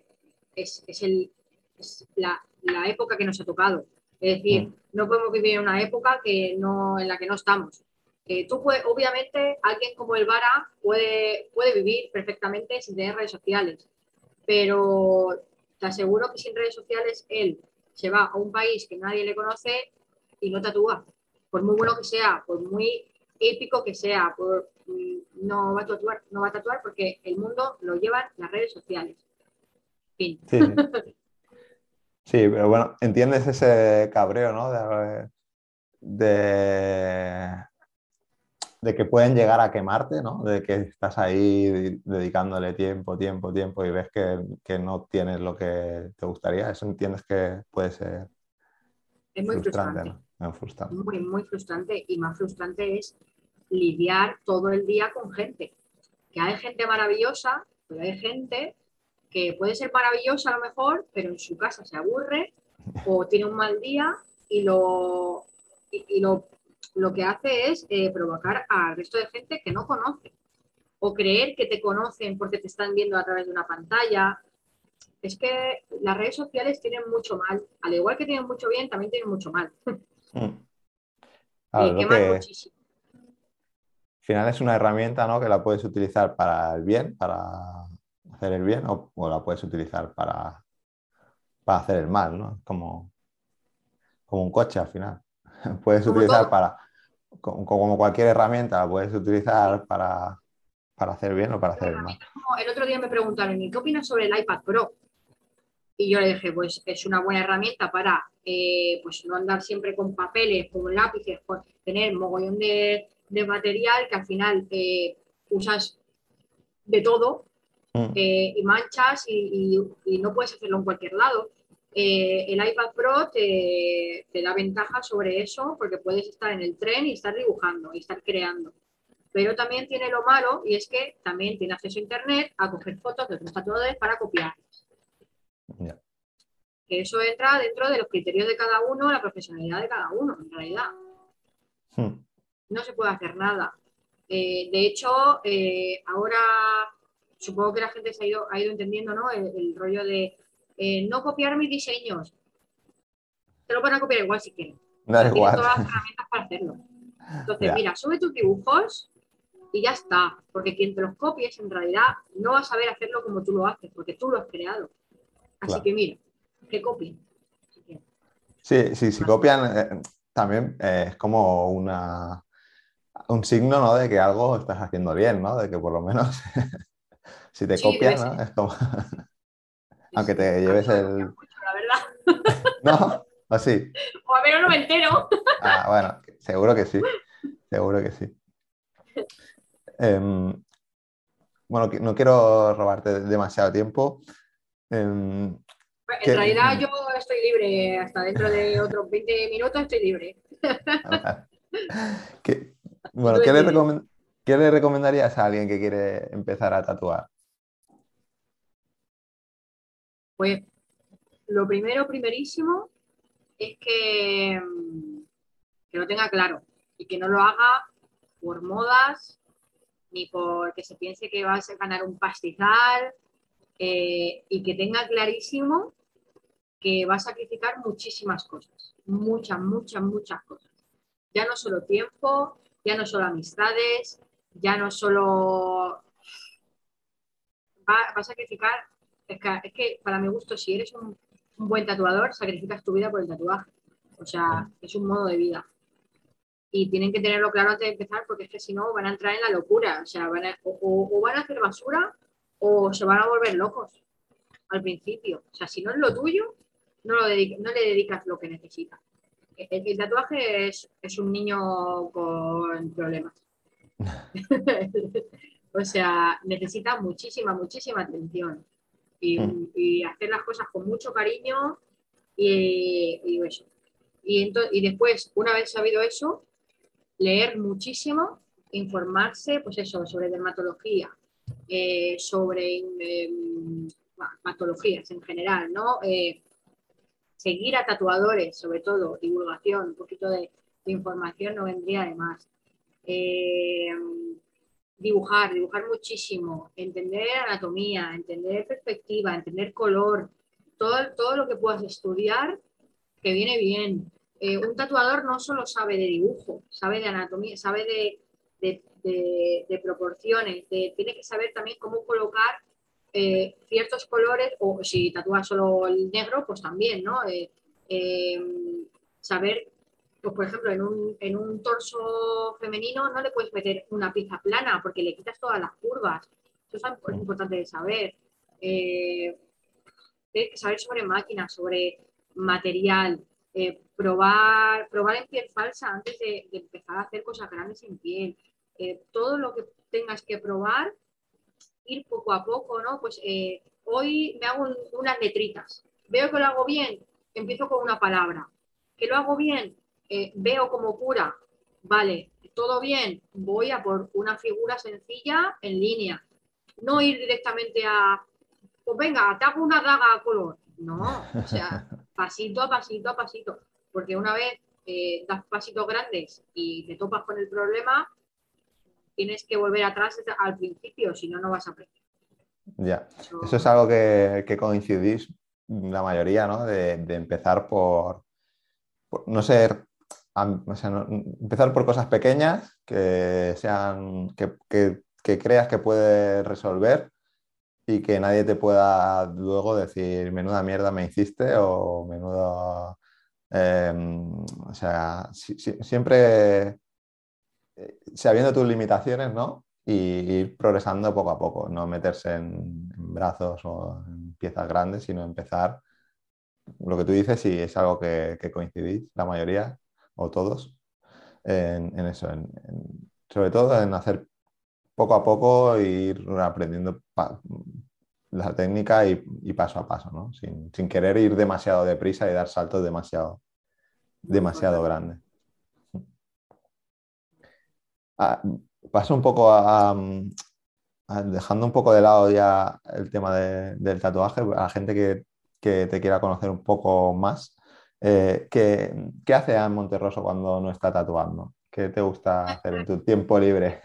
S1: es la época que nos ha tocado. Es decir,
S2: Mm,
S1: no podemos vivir en una época en la que no estamos. Obviamente, alguien como el Vara puede vivir perfectamente sin tener redes sociales, pero te aseguro que sin redes sociales él se va a un país que nadie le conoce y no tatúa. Por muy bueno
S2: claro.
S1: que sea, por muy épico que sea, no va a tatuar porque el mundo lo llevan las redes sociales. Fin.
S2: Sí, sí. Sí, pero bueno, entiendes ese cabreo, ¿no? De, de que pueden llegar a quemarte, ¿no? De que estás ahí dedicándole tiempo y ves que no tienes lo que te gustaría. Eso entiendes que puede ser
S1: Es muy
S2: frustrante,
S1: frustrante,
S2: ¿no? No, frustrante.
S1: muy, muy frustrante, y más frustrante es lidiar todo el día con gente. Que hay gente maravillosa, pero hay gente que puede ser maravillosa a lo mejor, pero en su casa se aburre o tiene un mal día y lo que hace es provocar al resto de gente que no conoce o creer que te conocen porque te están viendo a través de una pantalla. Es que las redes sociales tienen mucho mal, al igual que tienen mucho bien, también tienen mucho mal
S2: Mm. Claro,
S1: y
S2: lo
S1: queman
S2: que
S1: muchísimo.
S2: al final es una herramienta, ¿no? Que la puedes utilizar para el bien, para hacer el bien, o la puedes utilizar para hacer el mal, ¿no? Como un coche al final. Puedes
S1: Como
S2: utilizar
S1: todo.
S2: como cualquier herramienta, la puedes utilizar para hacer bien o para hacer el mal.
S1: Como el otro día me preguntaron, ¿y qué opinas sobre el iPad Pro? Y yo le dije, pues es una buena herramienta para pues no andar siempre con papeles, con lápices, con tener mogollón de material que al final usas de todo
S2: Mm,
S1: y manchas y no puedes hacerlo en cualquier lado. El iPad Pro te da ventaja sobre eso porque puedes estar en el tren y estar dibujando y estar creando. Pero también tiene lo malo y es que también tiene acceso a Internet a coger fotos de otros tatuadores para copiar.
S2: ya.
S1: Que eso entra dentro de los criterios de cada uno, la profesionalidad de cada uno, en realidad.
S2: Mm,
S1: No se puede hacer nada. De hecho, ahora supongo que la gente ha ido entendiendo, ¿no? El rollo de no copiar mis diseños. Te lo van a copiar igual si quieren. O
S2: Da
S1: sea, tienen
S2: igual.
S1: todas las herramientas para hacerlo. Entonces,
S2: Ya,
S1: mira, sube tus dibujos y ya está. Porque quien te los copies, en realidad, no va a saber hacerlo como tú lo haces, porque tú lo has creado. Así
S2: claro.
S1: que mira, que copien.
S2: Sí, sí, si
S1: Más.
S2: copian, también es como un signo, ¿no? De que algo estás haciendo bien, ¿no? De que por lo menos si te
S1: Sí, debe
S2: copian,
S1: ser.
S2: ¿no? Es como,
S1: Sí,
S2: aunque
S1: sí.
S2: te
S1: A mí
S2: lleves
S1: no me copian
S2: el...
S1: mucho, la verdad.
S2: ¿No? ¿O sí?
S1: O a menos no me entero.
S2: Ah, bueno, seguro que sí, seguro que sí. Em, bueno, no quiero robarte demasiado tiempo. Em,
S1: En
S2: ¿qué,
S1: realidad yo estoy libre. Hasta dentro de otros 20 minutos estoy libre.
S2: qué-
S1: Y
S2: bueno,
S1: tú decides.
S2: qué le recomendarías a alguien que quiere empezar a tatuar?
S1: Pues lo primero, primerísimo, es que lo tenga claro y que no lo haga por modas ni porque se piense que vas a ganar un pastizal y que tenga clarísimo que va a sacrificar muchísimas cosas, muchas, muchas, muchas cosas. Ya no solo tiempo, ya no solo amistades, ya no solo va a sacrificar, es que para mi gusto, si eres un buen tatuador, sacrificas tu vida por el tatuaje. O sea, es un modo de vida. Y tienen que tenerlo claro antes de empezar porque es que si no van a entrar en la locura. O sea, o van a hacer basura o se van a volver locos al principio. O sea, si no es lo tuyo, no le dedicas lo que necesita. El tatuaje es un niño con problemas. O sea, necesita muchísima atención y hacer las cosas con mucho cariño y eso. Y después, una vez sabido eso, leer muchísimo, informarse, pues eso, sobre dermatología, sobre patologías en general, ¿no? Seguir a tatuadores, sobre todo, divulgación, un poquito de información no vendría de más. Eh, dibujar muchísimo, entender anatomía, entender perspectiva, entender color, todo lo que puedas estudiar que viene bien. Un tatuador no solo sabe de dibujo, sabe de anatomía, sabe de proporciones, tiene que saber también cómo colocar ciertos colores, o si tatúa solo el negro, pues también, ¿no? Eh, saber, pues por ejemplo, en un torso femenino no le puedes meter una pieza plana porque le quitas todas las curvas. Eso es importante de saber. Eh, tienes que saber sobre máquinas, sobre material, probar en piel falsa antes de empezar a hacer cosas grandes en piel. Todo lo que tengas que probar, ir poco a poco, ¿no? Pues hoy me hago unas letritas. Veo que lo hago bien, empiezo con una palabra. Que lo hago bien, veo como cura. Vale, todo bien, voy a por una figura sencilla en línea. No ir directamente a, pues venga, te hago una daga a color. No, o sea, pasito a pasito a pasito. Porque una vez das pasitos grandes y te topas con el problema, tienes que volver atrás al principio, si no, no vas a aprender.
S2: Ya, eso es
S1: Eso,
S2: algo que coincidís la mayoría, ¿no? De empezar por no ser, o sea, empezar por cosas pequeñas que sean, que creas que puedes resolver y que nadie te pueda luego decir menuda mierda me hiciste o menudo, o sea, siempre sabiendo tus limitaciones, ¿no? Y ir progresando poco a poco, no meterse en brazos o en piezas grandes, sino empezar, lo que tú dices, si es algo que coincidís, la mayoría o todos, en eso, sobre todo en hacer poco a poco e ir aprendiendo la técnica y paso a paso, ¿no? Sin querer ir demasiado deprisa y dar saltos
S1: muy
S2: demasiado
S1: importante.
S2: grandes. Ah, paso un poco dejando un poco de lado ya el tema del tatuaje, a la gente que te quiera conocer un poco más, ¿qué hace Anne Monterroso cuando no está tatuando? ¿Qué te gusta hacer en tu tiempo libre?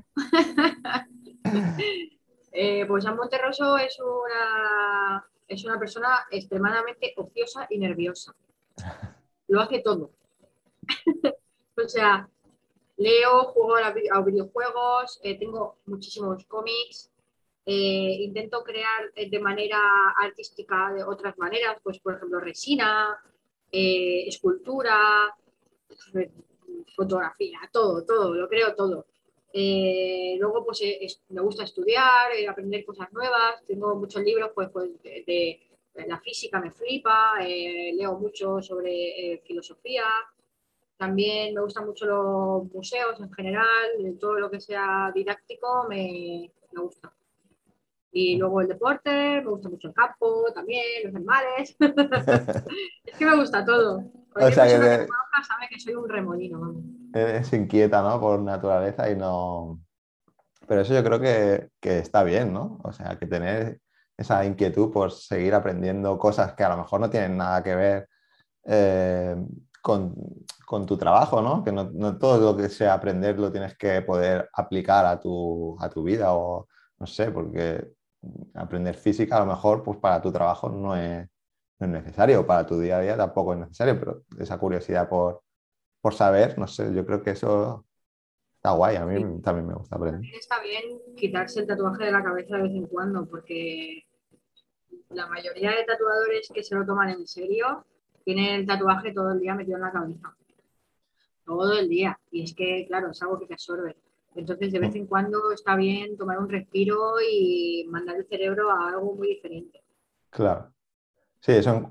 S1: Pues Jean Monterroso es una persona extremadamente ociosa y nerviosa. Lo hace todo. O sea, leo, juego a videojuegos, tengo muchísimos cómics, intento crear de manera artística de otras maneras, pues por ejemplo resina, escultura, fotografía, todo, lo creo todo. Luego pues me gusta estudiar, aprender cosas nuevas, tengo muchos libros pues de la física me flipa, leo mucho sobre filosofía, también me gustan mucho los museos en general, todo lo que sea didáctico me gusta. Y luego el deporte, me gusta mucho el campo, también, los animales. Es que me gusta todo.
S2: O
S1: Cualquier
S2: sea
S1: persona que me
S2: que
S1: conozca sabe que soy un remolino. Vamos.
S2: eres inquieta, ¿no? Por naturaleza y no... Pero eso yo creo que está bien, ¿no? O sea, que tener esa inquietud por seguir aprendiendo cosas que a lo mejor no tienen nada que ver eh, con, con tu trabajo, ¿no? Que no todo lo que sea aprender lo tienes que poder aplicar a tu vida o no sé, porque aprender física a lo mejor pues para tu trabajo no es necesario, para tu día a día tampoco es necesario, pero esa curiosidad por saber, no sé, yo creo que eso está guay, a
S1: Sí,
S2: mí también me gusta aprender.
S1: también está bien quitarse el tatuaje de la cabeza de vez en cuando, porque la mayoría de tatuadores que se lo toman en serio tienen el tatuaje todo el día metido en la cabeza. Todo el día. Y es que, claro, es algo que te absorbe. Entonces, de vez en cuando está bien tomar un respiro y mandar el cerebro a algo muy diferente.
S2: Claro. Sí, eso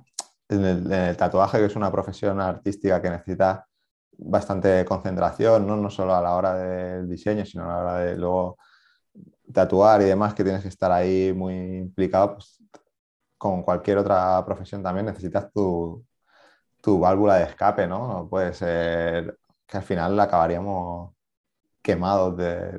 S2: en el tatuaje, que es una profesión artística que necesita bastante concentración, ¿no? No solo a la hora del diseño, sino a la hora de luego tatuar y demás, que tienes que estar ahí muy implicado, pues con cualquier otra profesión también necesitas tu válvula de escape, ¿no? No puede ser que al final acabaríamos quemados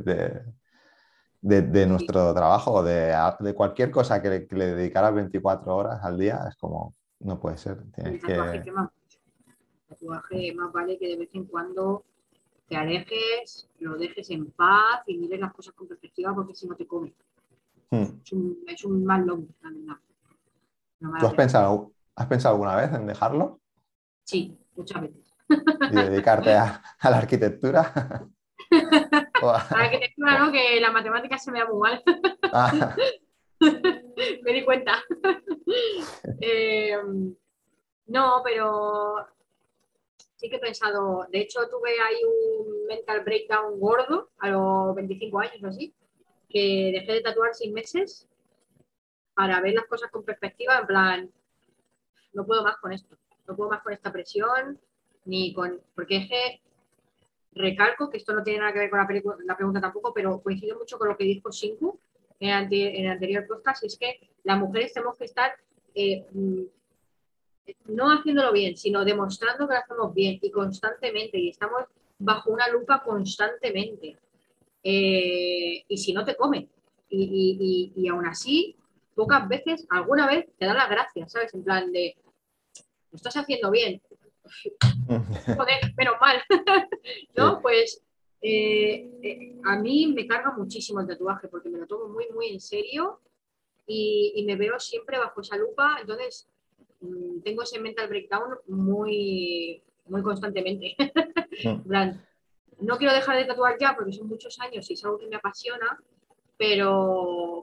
S2: de
S1: Sí,
S2: nuestro trabajo o de cualquier cosa que le dedicaras 24 horas al día. Es como, no puede ser,
S1: y
S2: tienes
S1: el tatuaje
S2: que...
S1: quema mucho. El tatuaje más vale que de vez en cuando te alejes, lo dejes en paz y mires las cosas con perspectiva porque si no te come.
S2: Hmm.
S1: Es un mal logro, la verdad. Una
S2: ¿Tú
S1: mala terapia.
S2: has pensado alguna vez en dejarlo
S1: Sí, muchas veces.
S2: y dedicarte a la arquitectura? O
S1: Ahora que te digo,
S2: o-
S1: ¿no? Que la matemática se me da muy mal.
S2: ah,
S1: Me di cuenta. Eh, no, pero sí que he pensado, de hecho tuve ahí un mental breakdown gordo a los 25 años o así, que dejé de tatuar 6 meses para ver las cosas con perspectiva, en plan, no puedo más con esto, no puedo más con esta presión, ni con, porque es que recalco que esto no tiene nada que ver con la pregunta tampoco, pero coincide mucho con lo que dijo Shinku en el anterior podcast, y es que las mujeres tenemos que estar eh, no haciéndolo bien, sino demostrando que lo hacemos bien y constantemente, y estamos bajo una lupa constantemente. Y si no te come. Y aún así, pocas veces, alguna vez, te dan las gracias, ¿sabes? En plan de, lo estás haciendo bien. Joder, menos mal.
S2: sí,
S1: ¿No? Pues a mí me carga muchísimo el tatuaje porque me lo tomo muy, muy en serio y me veo siempre bajo esa lupa. Entonces, tengo ese mental breakdown muy, muy constantemente. En plan, no quiero dejar de tatuar ya porque son muchos años y es algo que me apasiona, pero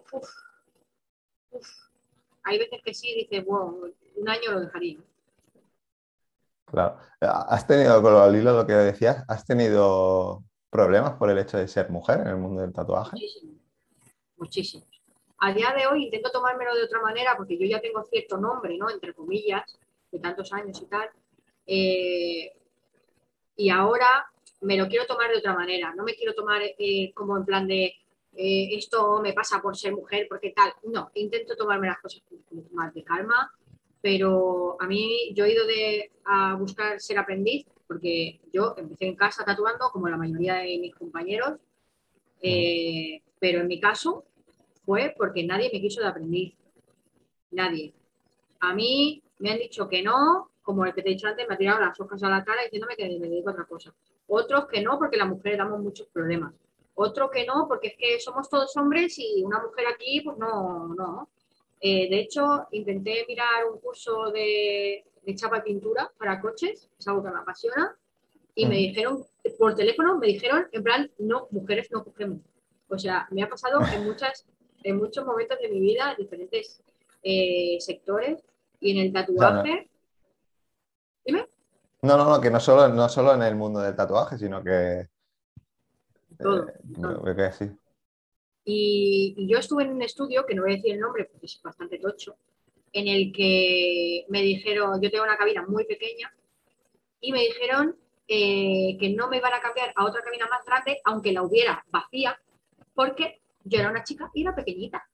S1: hay veces que sí, dices, wow, un año lo dejaría.
S2: claro. ¿Has tenido, con al hilo de lo que decías, has tenido problemas por el hecho de ser mujer en el mundo del tatuaje?
S1: Muchísimo, muchísimo. A día de hoy intento tomármelo de otra manera porque yo ya tengo cierto nombre, ¿no? Entre comillas, de tantos años y tal. Eh, y ahora me lo quiero tomar de otra manera. No me quiero tomar como en plan de esto me pasa por ser mujer, porque tal. No, intento tomarme las cosas con más de calma, pero a mí yo he ido a buscar ser aprendiz porque yo empecé en casa tatuando como la mayoría de mis compañeros,
S2: Ujú.
S1: pero en mi caso fue porque nadie me quiso de aprendiz, nadie. A mí me han dicho que no, como el que te he dicho antes, me ha tirado las hojas a la cara diciéndome que me dedico a otra cosa. Otros que no, porque las mujeres damos muchos problemas. Otro que no, porque es que somos todos hombres y una mujer aquí, pues no, no. De hecho, intenté mirar un curso de chapa y pintura para coches, es algo que me apasiona, y me
S2: Ujú.
S1: dijeron, por teléfono, me dijeron, en plan, no, mujeres no cogemos. O sea, me ha pasado en muchos momentos de mi vida, diferentes sectores, y en el
S2: O sea, no,
S1: tatuaje, dime,
S2: no, que no solo en el mundo del tatuaje, sino que,
S1: todo, todo.
S2: que sí.
S1: Y yo estuve en un estudio, que no voy a decir el nombre porque es bastante tocho, en el que me dijeron, yo tengo una cabina muy pequeña, y me dijeron que no me iban a cambiar a otra cabina más grande, aunque la hubiera vacía, porque yo era una chica y era pequeñita.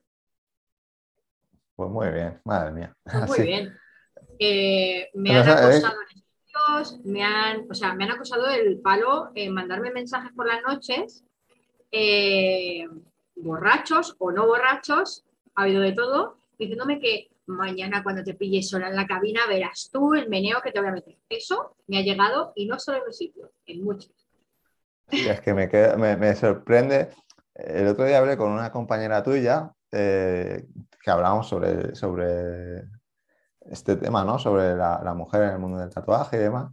S2: Pues muy bien, madre mía.
S1: Pues muy
S2: Así.
S1: bien. Me
S2: No
S1: han
S2: sé,
S1: acosado en estudios, o sea, me han acosado el palo en mandarme mensajes por las noches, eh, borrachos o no borrachos, ha habido de todo, diciéndome que mañana cuando te pilles sola en la cabina verás tú el meneo que te voy a meter. Eso me ha llegado y no solo en un sitio, en muchos.
S2: hostia, es que me sorprende. El otro día hablé con una compañera tuya que hablábamos sobre este tema, ¿no? Sobre la mujer en el mundo del tatuaje y demás.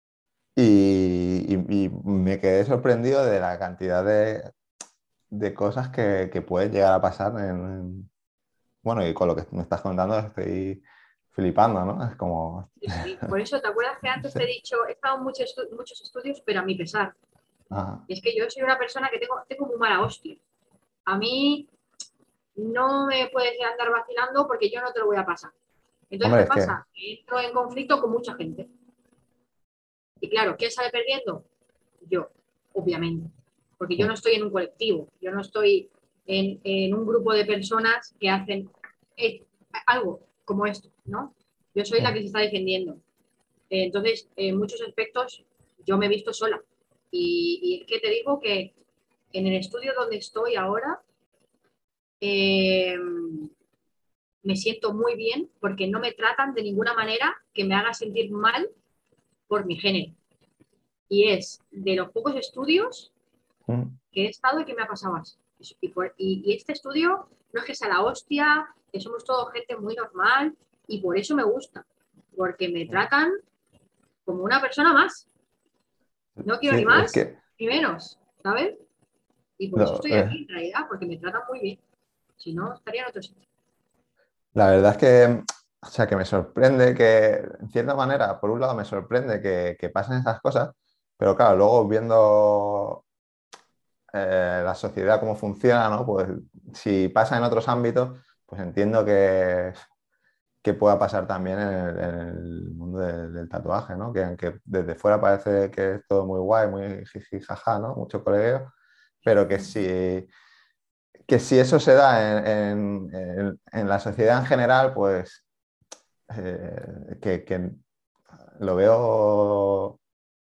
S2: Y me quedé sorprendido de la cantidad de cosas que pueden llegar a pasar bueno, y con lo que me estás contando estoy flipando, ¿no? Es como...
S1: Sí, sí. Por eso, ¿te acuerdas que antes
S2: Sí.
S1: te he dicho, he estado en muchos estudios, pero a mi pesar?
S2: Ajá.
S1: Y es que yo soy una persona que tengo muy mala hostia. A mí no me puedes andar vacilando porque yo no te lo voy a pasar. Entonces,
S2: Hombre,
S1: ¿qué
S2: es que
S1: pasa? Que entro en conflicto con mucha gente. Y claro, ¿quién sale perdiendo? Yo, obviamente. Porque yo no estoy en un colectivo, yo no estoy en un grupo de personas que hacen algo como esto, ¿no? Yo soy la que se está defendiendo. Entonces, en muchos aspectos, yo me he visto sola. Y que te digo que en el estudio donde estoy ahora, eh, me siento muy bien porque no me tratan de ninguna manera que me haga sentir mal por mi género. Y es de los pocos estudios que he estado y que me ha pasado así. Y este estudio no es que sea la hostia, que somos todos gente muy normal y por eso me gusta, porque me tratan como una persona más. No quiero
S2: sí,
S1: ni
S2: es
S1: más
S2: que
S1: ni menos, ¿sabes? Y por eso
S2: lo-
S1: estoy aquí, en realidad, porque me tratan muy bien. Si no, estaría en otro sitio.
S2: la verdad es que, o sea, que me sorprende que, en cierta manera, por un lado me sorprende que pasen esas cosas, pero claro, luego viendo la sociedad cómo funciona, ¿no? Pues si pasa en otros ámbitos, pues entiendo que pueda pasar también en el mundo del tatuaje, ¿no? Que aunque desde fuera parece que es todo muy guay, muy jiji, jaja, ¿no? Mucho colegueo, pero que si eso se da en la sociedad en general, pues que lo veo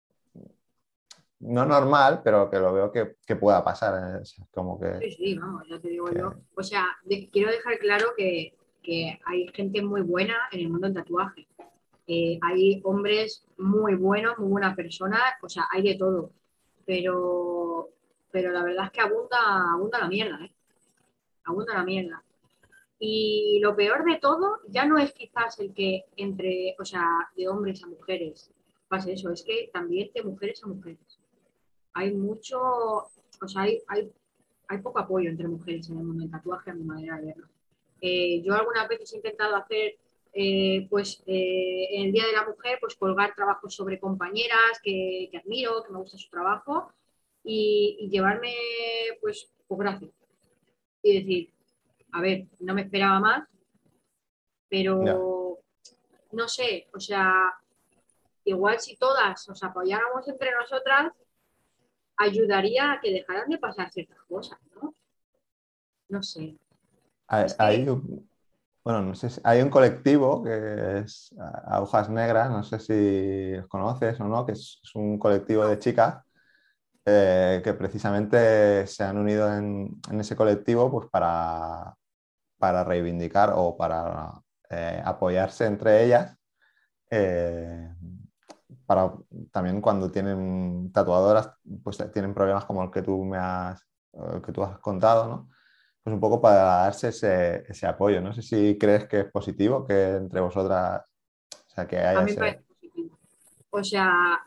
S2: no normal, pero que lo veo que pueda pasar. Es como
S1: Sí, sí, vamos, ya te digo yo.
S2: que-
S1: O sea, quiero dejar claro que hay gente muy buena en el mundo del tatuaje. Hay hombres muy buenos, muy buenas personas, o sea, hay de todo. Pero, pero la verdad es que abunda la mierda, ¿eh? Abunda la mierda. Y lo peor de todo ya no es quizás el que entre, o sea, de hombres a mujeres pase eso, es que también de mujeres a mujeres. Hay mucho, o sea, hay poco apoyo entre mujeres en el mundo del tatuaje, a mi manera de verlo. Yo algunas veces he intentado hacer, en el Día de la Mujer, pues colgar trabajos sobre compañeras que admiro, que me gusta su trabajo y llevarme, pues gracias. Y decir, a ver, no me esperaba más,
S2: ya.
S1: pero no sé, o sea, igual si todas nos apoyáramos entre nosotras, ayudaría a que dejaran de pasar ciertas cosas, ¿no? No sé. Es
S2: Hay
S1: que
S2: bueno, no sé hay un colectivo que es Agujas Negras, no sé si los conoces o no, que es un colectivo de chicas que precisamente se han unido en ese colectivo pues para reivindicar o para apoyarse entre ellas, eh, para también cuando tienen tatuadoras, pues tienen problemas como el que tú has contado, ¿no? Pues un poco para darse ese apoyo. No sé si crees que es positivo que entre vosotras, o sea, que
S1: a
S2: haya
S1: mí me
S2: ese...
S1: parece positivo. O sea,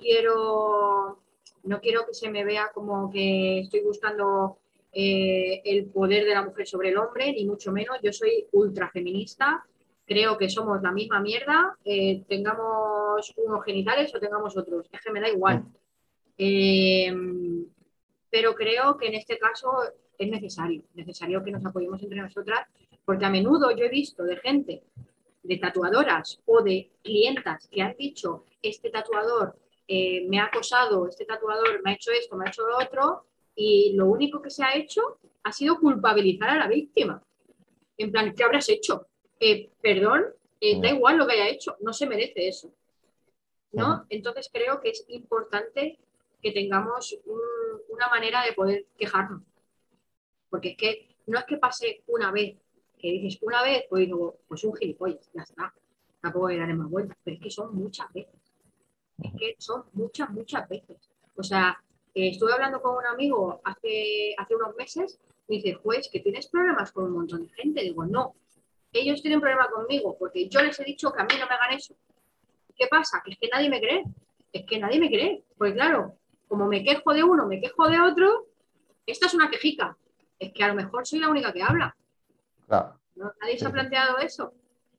S1: no quiero que se me vea como que estoy buscando el poder de la mujer sobre el hombre, ni mucho menos. Yo soy ultra feminista. Creo que somos la misma mierda, tengamos unos genitales o tengamos otros. Es que me da igual.
S2: Mm,
S1: Eh, pero creo que en este caso es necesario que nos apoyemos entre nosotras, porque a menudo yo he visto de gente, de tatuadoras o de clientas que han dicho, este tatuador me ha acosado, este tatuador me ha hecho esto, me ha hecho lo otro, y lo único que se ha hecho ha sido culpabilizar a la víctima. En plan, ¿qué habrás hecho? Perdón, da
S2: ya.
S1: igual lo que haya hecho, no se merece eso,
S2: Ujú.
S1: ¿no? Entonces creo que es importante que tengamos una manera de poder quejarnos, porque es que no es que pase una vez, que dices una vez, pues digo, pues un gilipollas, ya está, tampoco le daré más vueltas, pero es que son muchas veces, es que son muchas veces. O sea, estuve hablando con un amigo hace unos meses y dice, juez, que tienes problemas con un montón de gente. Digo, no, ellos tienen problemas conmigo porque yo les he dicho que a mí no me hagan eso. ¿Qué pasa? Que es que nadie me cree. Es que nadie me cree. Pues claro, como me quejo de uno, me quejo de otro, esta es una quejica. Es que a lo mejor soy la única que habla.
S2: Claro,
S1: ¿No? Nadie se
S2: sí,
S1: ha
S2: sí.
S1: planteado eso.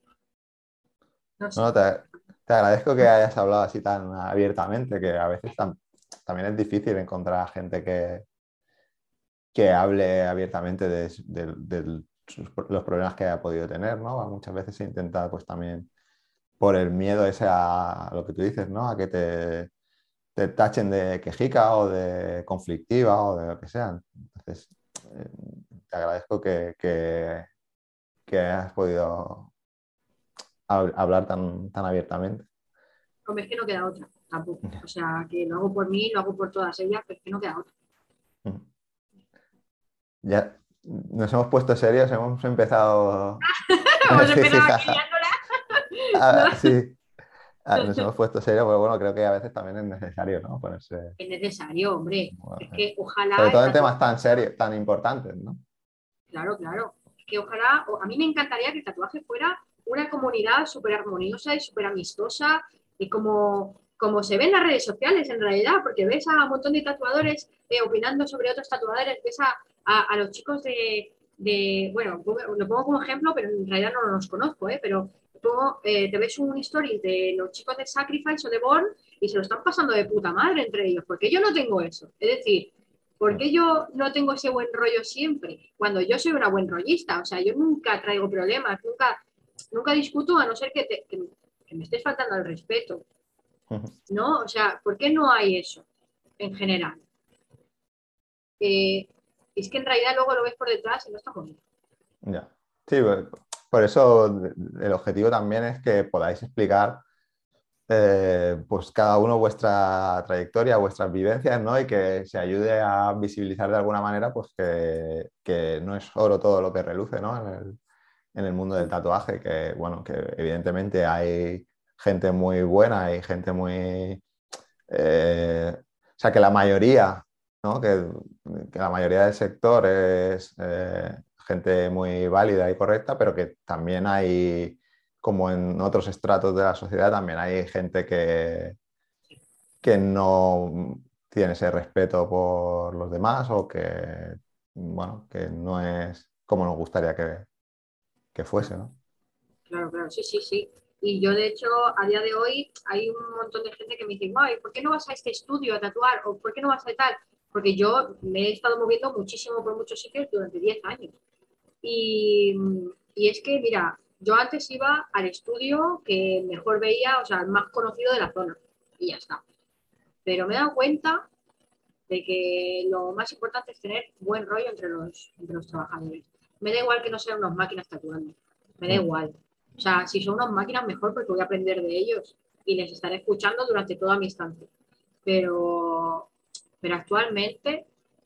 S1: No sé.
S2: No, te agradezco que hayas hablado así tan abiertamente, que a veces también es difícil encontrar gente que hable abiertamente del los problemas que haya podido tener, ¿no? Muchas veces se intenta pues también por el miedo ese a lo que tú dices, ¿no? A que te tachen de quejica o de conflictiva o de lo que sea. Entonces, eh, te agradezco que has podido hablar tan abiertamente.
S1: Hombre, es que no queda otra, tampoco. O sea, que lo hago por mí, lo hago por todas ellas, pero es que no queda otra.
S2: Ya nos hemos puesto serios, hemos empezado.
S1: Hemos
S2: Sí,
S1: empezado aquí liándola.
S2: ah,
S1: ¿No?
S2: sí. Nos hemos puesto serios, pero bueno, creo que a veces también es necesario, ¿no? Ponerse.
S1: Es necesario, hombre.
S2: Bueno,
S1: Es que
S2: sobre
S1: ojalá el
S2: todo en
S1: tatuaje.
S2: temas tan serios, tan importantes, ¿no?
S1: Claro, claro. Es que ojalá, a mí me encantaría que el tatuaje fuera una comunidad súper armoniosa y súper amistosa y como se ve en las redes sociales en realidad, porque ves a un montón de tatuadores opinando sobre otros tatuadores, ves a los chicos bueno, lo pongo como ejemplo, pero en realidad no los conozco, pero te ves un story de los chicos de Sacrifice o de Born y se lo están pasando de puta madre entre ellos, porque yo no tengo eso. Es decir, ¿por qué yo no tengo ese buen rollo siempre? Cuando yo soy una buen rollista, o sea, yo nunca traigo problemas, nunca discuto a no ser que me estés faltando al respeto, ¿no? O sea, ¿por qué no hay eso en general? Es que en realidad luego lo ves por detrás y no está bonito.
S2: Ya. Sí, por eso el objetivo también es que podáis explicar pues cada uno vuestra trayectoria, vuestras vivencias, ¿no? Y que se ayude a visibilizar de alguna manera pues que no es oro todo lo que reluce, ¿no? En el mundo del tatuaje, que bueno, que evidentemente hay gente muy buena y gente muy... o sea, que la mayoría, ¿no? Que la mayoría del sector es gente muy válida y correcta, pero que también hay, como en otros estratos de la sociedad, también hay gente que no tiene ese respeto por los demás o que, bueno, que no es como nos gustaría que fuese, ¿no?
S1: Claro, claro, sí, sí, sí. Y yo, de hecho, a día de hoy hay un montón de gente que me dice, ay, ¿por qué no vas a este estudio a tatuar? ¿O por qué no vas a tal? Porque yo me he estado moviendo muchísimo por muchos sitios durante 10 años. Y, y es que, mira, yo antes iba al estudio que mejor veía, o sea, el más conocido de la zona. Y ya está. Pero me he dado cuenta de que lo más importante es tener buen rollo entre los trabajadores. Me da igual que no sean unas máquinas tatuando, me da igual. O sea, si son unas máquinas, mejor porque voy a aprender de ellos y les estaré escuchando durante toda mi estancia. Pero, pero actualmente,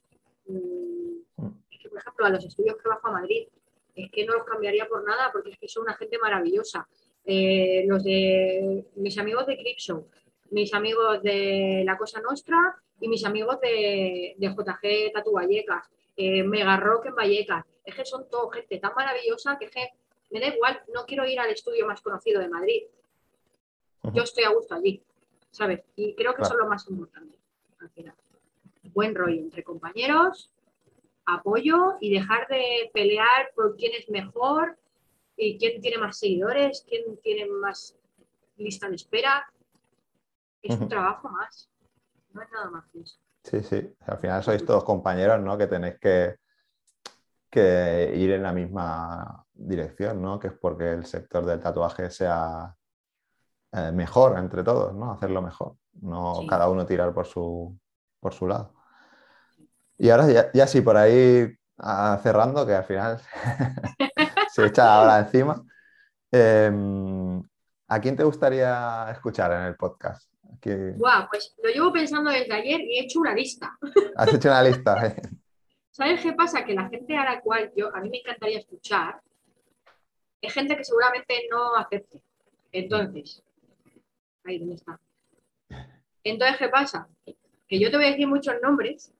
S1: es que, por ejemplo, a los estudios que bajo a Madrid, es que no los cambiaría por nada porque es que son una gente maravillosa. Los de mis amigos de Cripshow, mis amigos de La Cosa Nostra y mis amigos de JG Tatu Vallecas, Mega Rock en Vallecas. Es que son todo gente tan maravillosa que, me da igual, no quiero ir al estudio más conocido de Madrid. Yo estoy a gusto allí, ¿sabes? Y creo que eso es
S2: Claro.
S1: lo más importante al final. Buen rollo entre compañeros, apoyo y dejar de pelear por quién es mejor y quién tiene más seguidores, quién tiene más lista de espera. Es un trabajo más, no es nada más que eso.
S2: Sí, sí. Al final sois todos compañeros, ¿no? Que tenéis que ir en la misma dirección, ¿no? Que es porque el sector del tatuaje sea mejor entre todos, ¿no? Hacerlo mejor, no
S1: Sí.
S2: cada uno tirar por su lado. Y ahora ya sí, por ahí cerrando, que al final se echa ahora encima. eh, ¿A quién te gustaría escuchar en el podcast?
S1: Buah, pues lo llevo pensando desde ayer y he hecho una lista.
S2: ¿Has hecho una lista?
S1: ¿Sabes qué pasa? Que la gente a la cual a mí me encantaría escuchar es gente que seguramente no acepte. Entonces, ahí, ¿dónde está? Entonces, ¿qué pasa? Que yo te voy a decir muchos nombres,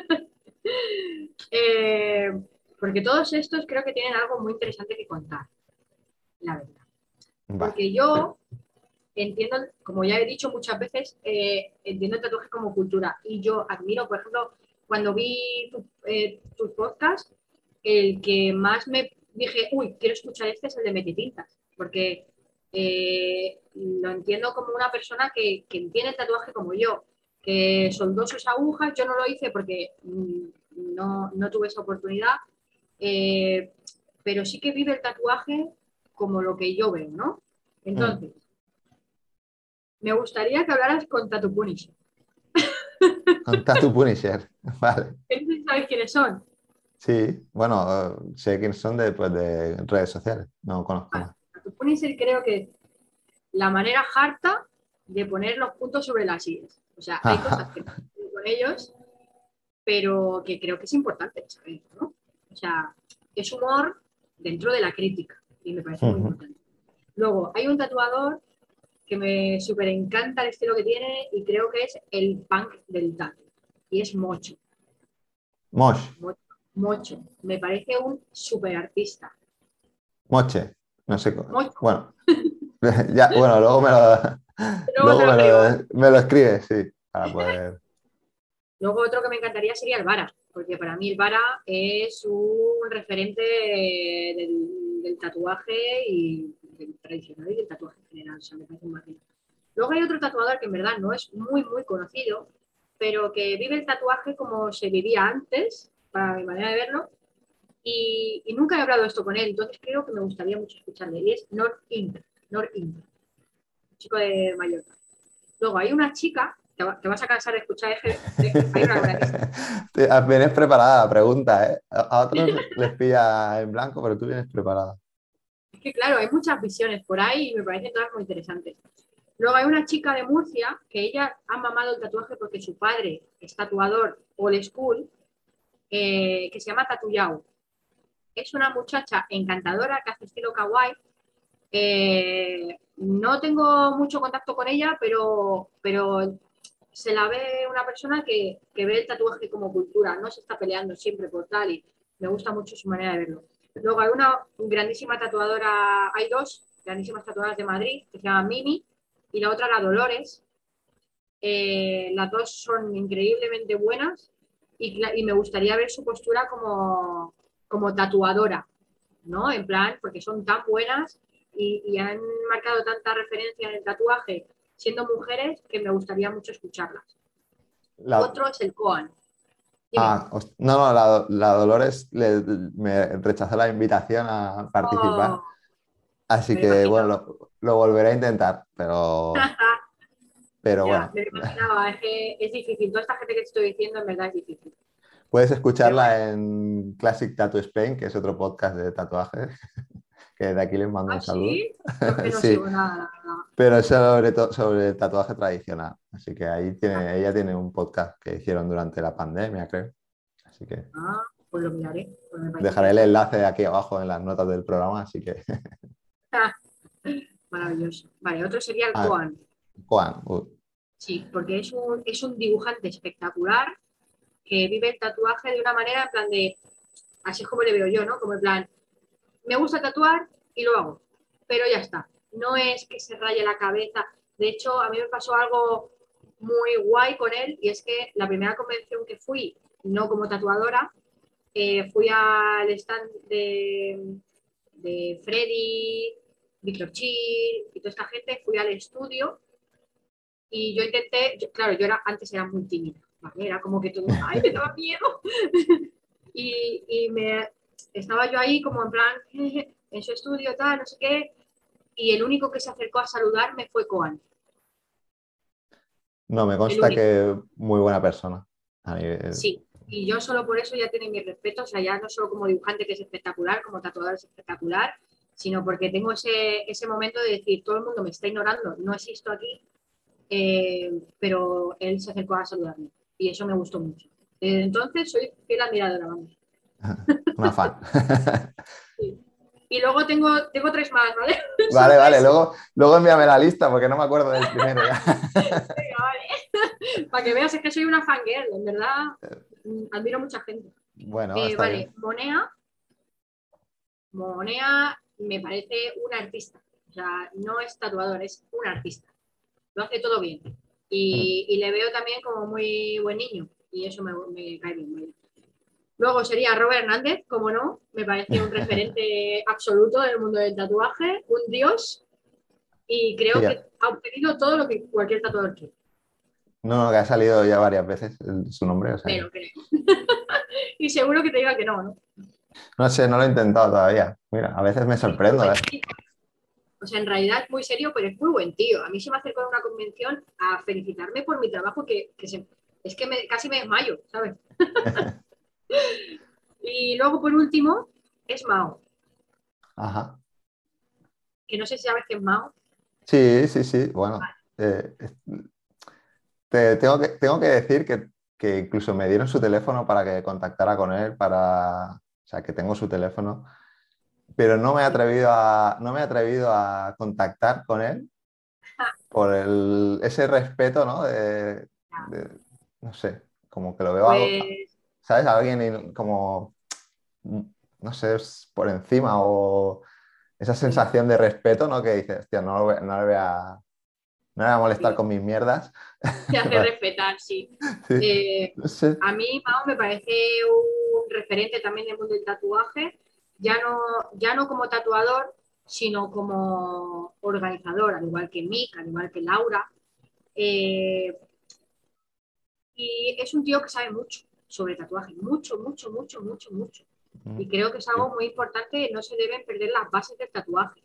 S1: eh, porque todos estos creo que tienen algo muy interesante que contar, la verdad.
S2: Vale.
S1: Porque yo entiendo, como ya he dicho muchas veces, entiendo el tatuaje como cultura y yo admiro, por ejemplo, cuando vi tu podcast, el que más me dije, uy, quiero escuchar este es el de Metitintas, porque lo entiendo como una persona que entiende el tatuaje como yo, que soldó sus agujas, yo no lo hice porque no tuve esa oportunidad, eh, pero sí que vive el tatuaje como lo que yo veo, ¿no? Entonces, me gustaría que hablaras con Tattoo Punisher.
S2: Con Tattoo Punisher, vale.
S1: ¿Qué no sabes quiénes son?
S2: Sí, bueno, sé quiénes son de redes sociales, no conozco
S1: Vale,
S2: más.
S1: Tattoo Punisher creo que es la manera harta de poner los puntos sobre las sillas. O sea, hay cosas que no estoy con ellos, pero que creo que es importante saber, ¿no? O sea, es humor dentro de la crítica y me parece muy importante. Luego, hay un tatuador que me súper encanta el estilo que tiene y creo que es el punk del tatu. Y es Mocho.
S2: Mosh,
S1: Mocho. Mocho. Me parece un súper artista.
S2: Moche, no sé.
S1: Mocho.
S2: Bueno, ya, bueno, luego
S1: Luego te lo escribo, ¿vale?
S2: me lo escribes, sí, para poder.
S1: Luego otro que me encantaría sería el Vara, porque para mí el Vara es un referente del tatuaje y del tradicional y del tatuaje en general. O sea, me parece un máquina. Luego hay otro tatuador que en verdad no es muy conocido, pero que vive el tatuaje como se vivía antes, para mi manera de verlo, y nunca he hablado esto con él, entonces creo que me gustaría mucho escucharle, y es North Inc, chico de Mallorca. Luego hay una chica, te vas a cansar de escuchar, hay una organista.
S2: Vienes preparada la pregunta, ¿eh? A otros les pilla en blanco, pero tú vienes preparada.
S1: Es que claro, hay muchas visiones por ahí y me parecen todas muy interesantes. Luego hay una chica de Murcia que ella ha mamado el tatuaje porque su padre es tatuador old school, que se llama Tatuyao. Es una muchacha encantadora que hace estilo kawaii. No tengo mucho contacto con ella, pero se la ve una persona que ve el tatuaje como cultura, no se está peleando siempre por tal y me gusta mucho su manera de verlo. Luego hay una grandísima tatuadora, hay dos grandísimas tatuadoras de Madrid que se llaman Mimi y la otra la Dolores. Las dos son increíblemente buenas y me gustaría ver su postura como tatuadora, ¿no? En plan, porque son tan buenas y han marcado tanta referencia en el tatuaje siendo mujeres que me gustaría mucho escucharlas.
S2: La,
S1: Otro es el Koan. Dime.
S2: no, no, la Dolores me rechazó la invitación a participar,
S1: Oh,
S2: así
S1: me lo
S2: que bueno,
S1: imagino.
S2: lo volveré a intentar, pero
S1: Ya,
S2: bueno,
S1: me lo imaginaba, es que es difícil. Toda esta gente que te estoy diciendo en verdad es difícil.
S2: puedes
S1: Pero bueno,
S2: escucharla en Classic Tattoo Spain, que es otro podcast de tatuajes, que de aquí les mando un
S1: ¿ah,
S2: saludo.
S1: sí? Yo es que no
S2: Sí,
S1: sigo nada, la verdad.
S2: pero es sobre el tatuaje tradicional, así que
S1: Ah,
S2: ella tiene un podcast que hicieron durante la pandemia, creo. Así que
S1: ah, pues lo miraré, pues me parece
S2: dejaré el
S1: interesante.
S2: enlace aquí abajo en las notas del programa, así que...
S1: Ah, maravilloso. Vale, otro sería el
S2: Ah,
S1: Koan.
S2: Juan,
S1: Sí, porque es un dibujante espectacular que vive el tatuaje de una manera en plan de, así es como le veo yo, ¿no? Como en plan, me gusta tatuar y lo hago, pero ya está. No es que se raye la cabeza. De hecho, a mí me pasó algo muy guay con él y es que la primera convención que fui, no como tatuadora, fui al stand de Freddy, Víctor Chill y toda esta gente, fui al estudio y yo intenté, claro, antes era muy tímida, ¿vale? Era como que todo, ay, me daba miedo. Y estaba yo ahí como en plan, en su estudio, tal, no sé qué, y el único que se acercó a saludarme fue Koan,
S2: no, me
S1: el
S2: consta
S1: único,
S2: que muy buena persona. A nivel-
S1: sí. Y yo solo por eso ya tiene mi respeto, o sea, ya no solo como dibujante que es espectacular, como tatuador es espectacular, sino porque tengo ese momento de decir, todo el mundo me está ignorando, no existo aquí, pero él se acercó a saludarme y eso me gustó mucho. Desde entonces soy fiel admiradora, vamos.
S2: Una fan.
S1: Sí. Y luego tengo tres más, ¿vale? Son
S2: Vale, vale,
S1: tres.
S2: luego envíame la lista porque no me acuerdo del primero ya.
S1: Venga, vale. Para que veas, es que soy una fangirl, en verdad. Admiro a mucha gente.
S2: Bueno, está
S1: Vale,
S2: bien.
S1: Monea me parece un artista. O sea, no es tatuador, es un artista. Lo hace todo bien. Y le veo también como muy buen niño. Y eso me cae bien, ¿vale? Luego sería Robert Hernández, como no, me parece un referente absoluto del mundo del tatuaje, un dios, y
S2: Sí,
S1: creo que ha obtenido todo lo que cualquier tatuador quiere.
S2: no, no, que ha salido ya varias veces su nombre, o sea
S1: Me
S2: que...
S1: lo creo. Y seguro que te diga que no, ¿no?
S2: No sé, no lo he intentado todavía. Mira, a veces me sorprendo, ¿eh?
S1: O sea, en realidad es muy serio, pero es muy buen tío. A mí se me acercó en una convención a felicitarme por mi trabajo es que casi me desmayo, ¿sabes? Y luego, por último, es Mao,
S2: Ajá.
S1: que no sé si sabes qué es Mao.
S2: Sí, sí, sí. Bueno, tengo que decir que incluso me dieron su teléfono para que contactara con él, o sea, que tengo su teléfono, pero no me he atrevido a contactar con él por ese respeto, ¿no? No sé, como que lo veo algo,
S1: Pues
S2: ¿sabes? Alguien como, no sé, es por encima o esa
S1: sí,
S2: sensación de respeto, ¿no? Que dices, hostia, no le voy a molestar
S1: sí,
S2: con mis mierdas.
S1: se hace respetar, sí.
S2: Sí,
S1: Eh,
S2: no sé.
S1: a mí Mao me parece un referente también del mundo del tatuaje, ya no como tatuador, sino como organizador, al igual que Mick, al igual que Laura. Eh, y es un tío que sabe mucho sobre tatuaje, mucho, mucho, mucho, mucho, mucho.
S2: Mm,
S1: Y creo que es algo
S2: sí.
S1: muy importante, no se deben perder las bases del tatuaje.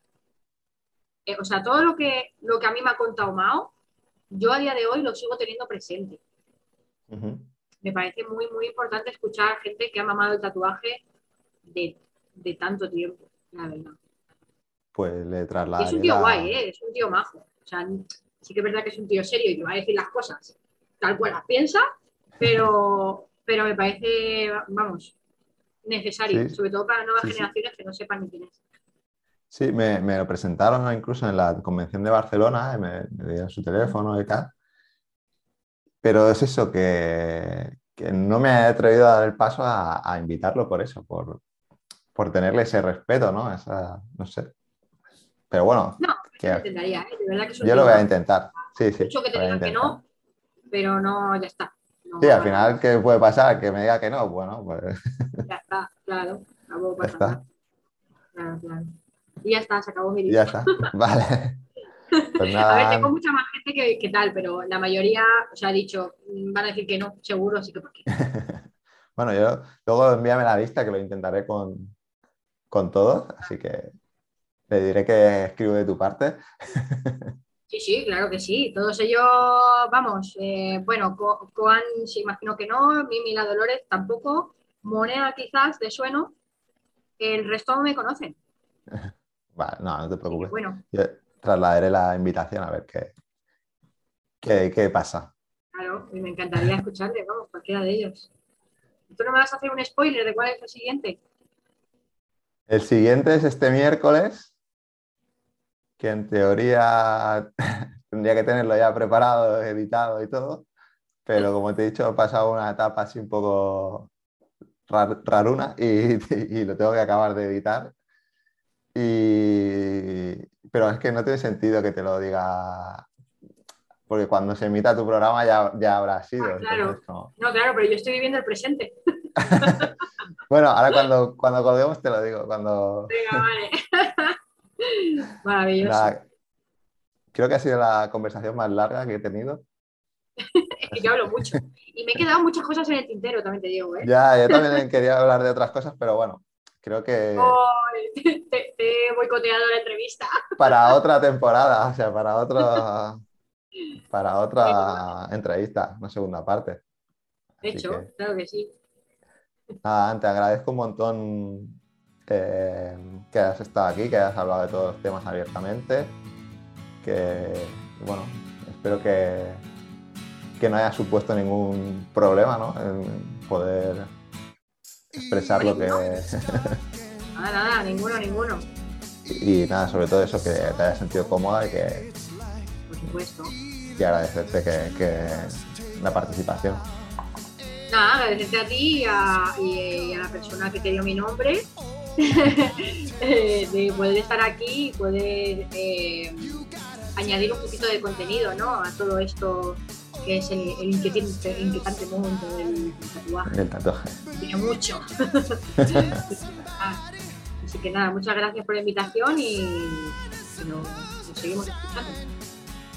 S1: O sea, todo lo que a mí me ha contado Mao, yo a día de hoy lo sigo teniendo presente.
S2: Ujú.
S1: Me parece muy, muy importante escuchar a gente que ha mamado el tatuaje de, de tanto tiempo, la verdad.
S2: Pues le
S1: Y es un
S2: trasladaré
S1: tío guay,
S2: la...
S1: ¿eh? Es un tío majo. O sea, sí que es verdad que es un tío serio y que va a decir las cosas tal cual las piensa, pero me parece, vamos, necesario,
S2: Sí,
S1: sobre todo para nuevas
S2: sí, sí.
S1: generaciones que no sepan ni quién es.
S2: Sí, me lo presentaron, ¿no? Incluso en la convención de Barcelona, y me dieron su teléfono y tal. Pero es eso, que no me he atrevido a dar el paso a invitarlo por eso, por tenerle ese respeto, ¿no? No sé. Pero bueno,
S1: No,
S2: que
S1: eso lo intentaría, ¿eh? De verdad que es un
S2: yo lo
S1: tío
S2: voy a
S1: majo.
S2: intentar. Sí, sí,
S1: Mucho que te
S2: lo voy a
S1: digan que
S2: intentar.
S1: no, pero no, ya está.
S2: Sí, al
S1: No,
S2: final, ¿qué puede pasar? Que me diga que no. Bueno, pues
S1: ya está, claro, tampoco
S2: ya
S1: pasa nada.
S2: está.
S1: Claro, claro. Y ya está, se acabó mi
S2: Y ya
S1: lista.
S2: está. Vale. Pues
S1: A ver,
S2: nada,
S1: tengo mucha más gente que tal, pero la mayoría, o sea, ha dicho, van a decir que no, seguro, así que ¿por qué?
S2: bueno, yo luego envíame la lista que lo intentaré con todos, así que le diré que escribo de tu parte.
S1: Sí, sí, claro que sí. Todos ellos, vamos, bueno, Coan sí, imagino que no, Mimi la Dolores tampoco, Monea quizás de sueno, el resto no me conocen.
S2: Vale, no, no te
S1: Así que
S2: preocupes.
S1: bueno,
S2: Yo trasladaré la invitación a ver qué pasa.
S1: claro, y me encantaría escucharle, vamos, cualquiera de ellos. ¿Tú no me vas a hacer un spoiler de cuál es el siguiente?
S2: El siguiente es este miércoles, que en teoría tendría que tenerlo ya preparado, editado y todo, pero como te he dicho, he pasado una etapa así un poco raruna y lo tengo que acabar de editar. Pero es que no tiene sentido que te lo diga, porque cuando se emita tu programa ya habrá
S1: Ah,
S2: sido, entonces
S1: claro.
S2: como...
S1: No, claro, pero yo estoy viviendo el presente.
S2: Bueno, ahora cuando colguemos te lo digo, cuando...
S1: Venga, vale. Maravilloso.
S2: Nada, creo que ha sido la conversación más larga que he tenido.
S1: Es que yo hablo mucho. Y me he quedado muchas cosas en el tintero, también te digo, ¿eh?
S2: Ya, yo también quería hablar de otras cosas, pero bueno, creo que
S1: Ay, te he boicoteado la entrevista.
S2: para otra temporada, o sea, para
S1: Venga, vale.
S2: otra entrevista, una segunda parte. Así
S1: Hecho,
S2: que
S1: claro que sí.
S2: nada, te agradezco un montón que hayas estado aquí, que hayas hablado de todos los temas abiertamente, que bueno, espero que no haya supuesto ningún problema, ¿no? En poder
S1: No,
S2: expresar lo que...
S1: ninguno. Nada, nada, ninguno, ninguno.
S2: Y nada, sobre todo eso, que te hayas sentido cómoda
S1: Por supuesto.
S2: y agradecerte la participación.
S1: Nada, agradecerte a ti y a la persona que te dio mi nombre de poder estar aquí y poder añadir un poquito de contenido, ¿no? A todo esto que es el inquietante mundo del tatuaje.
S2: El tatuaje.
S1: Tiene mucho. Ah, así que nada, muchas gracias por la invitación y nos seguimos escuchando.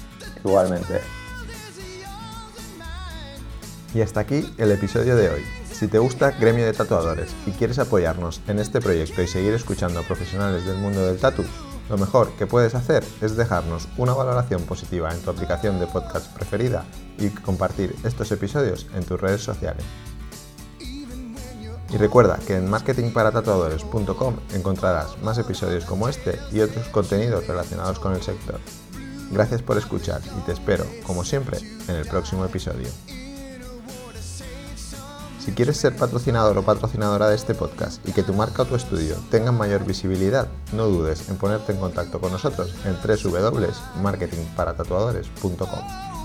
S2: Igualmente. Y hasta aquí el episodio de hoy. Si te gusta Gremio de Tatuadores y quieres apoyarnos en este proyecto y seguir escuchando a profesionales del mundo del tatu, lo mejor que puedes hacer es dejarnos una valoración positiva en tu aplicación de podcast preferida y compartir estos episodios en tus redes sociales. Y recuerda que en marketingparatatuadores.com encontrarás más episodios como este y otros contenidos relacionados con el sector. Gracias por escuchar y te espero, como siempre, en el próximo episodio. Si quieres ser patrocinador o patrocinadora de este podcast y que tu marca o tu estudio tengan mayor visibilidad, no dudes en ponerte en contacto con nosotros en www.marketingparatatuadores.com.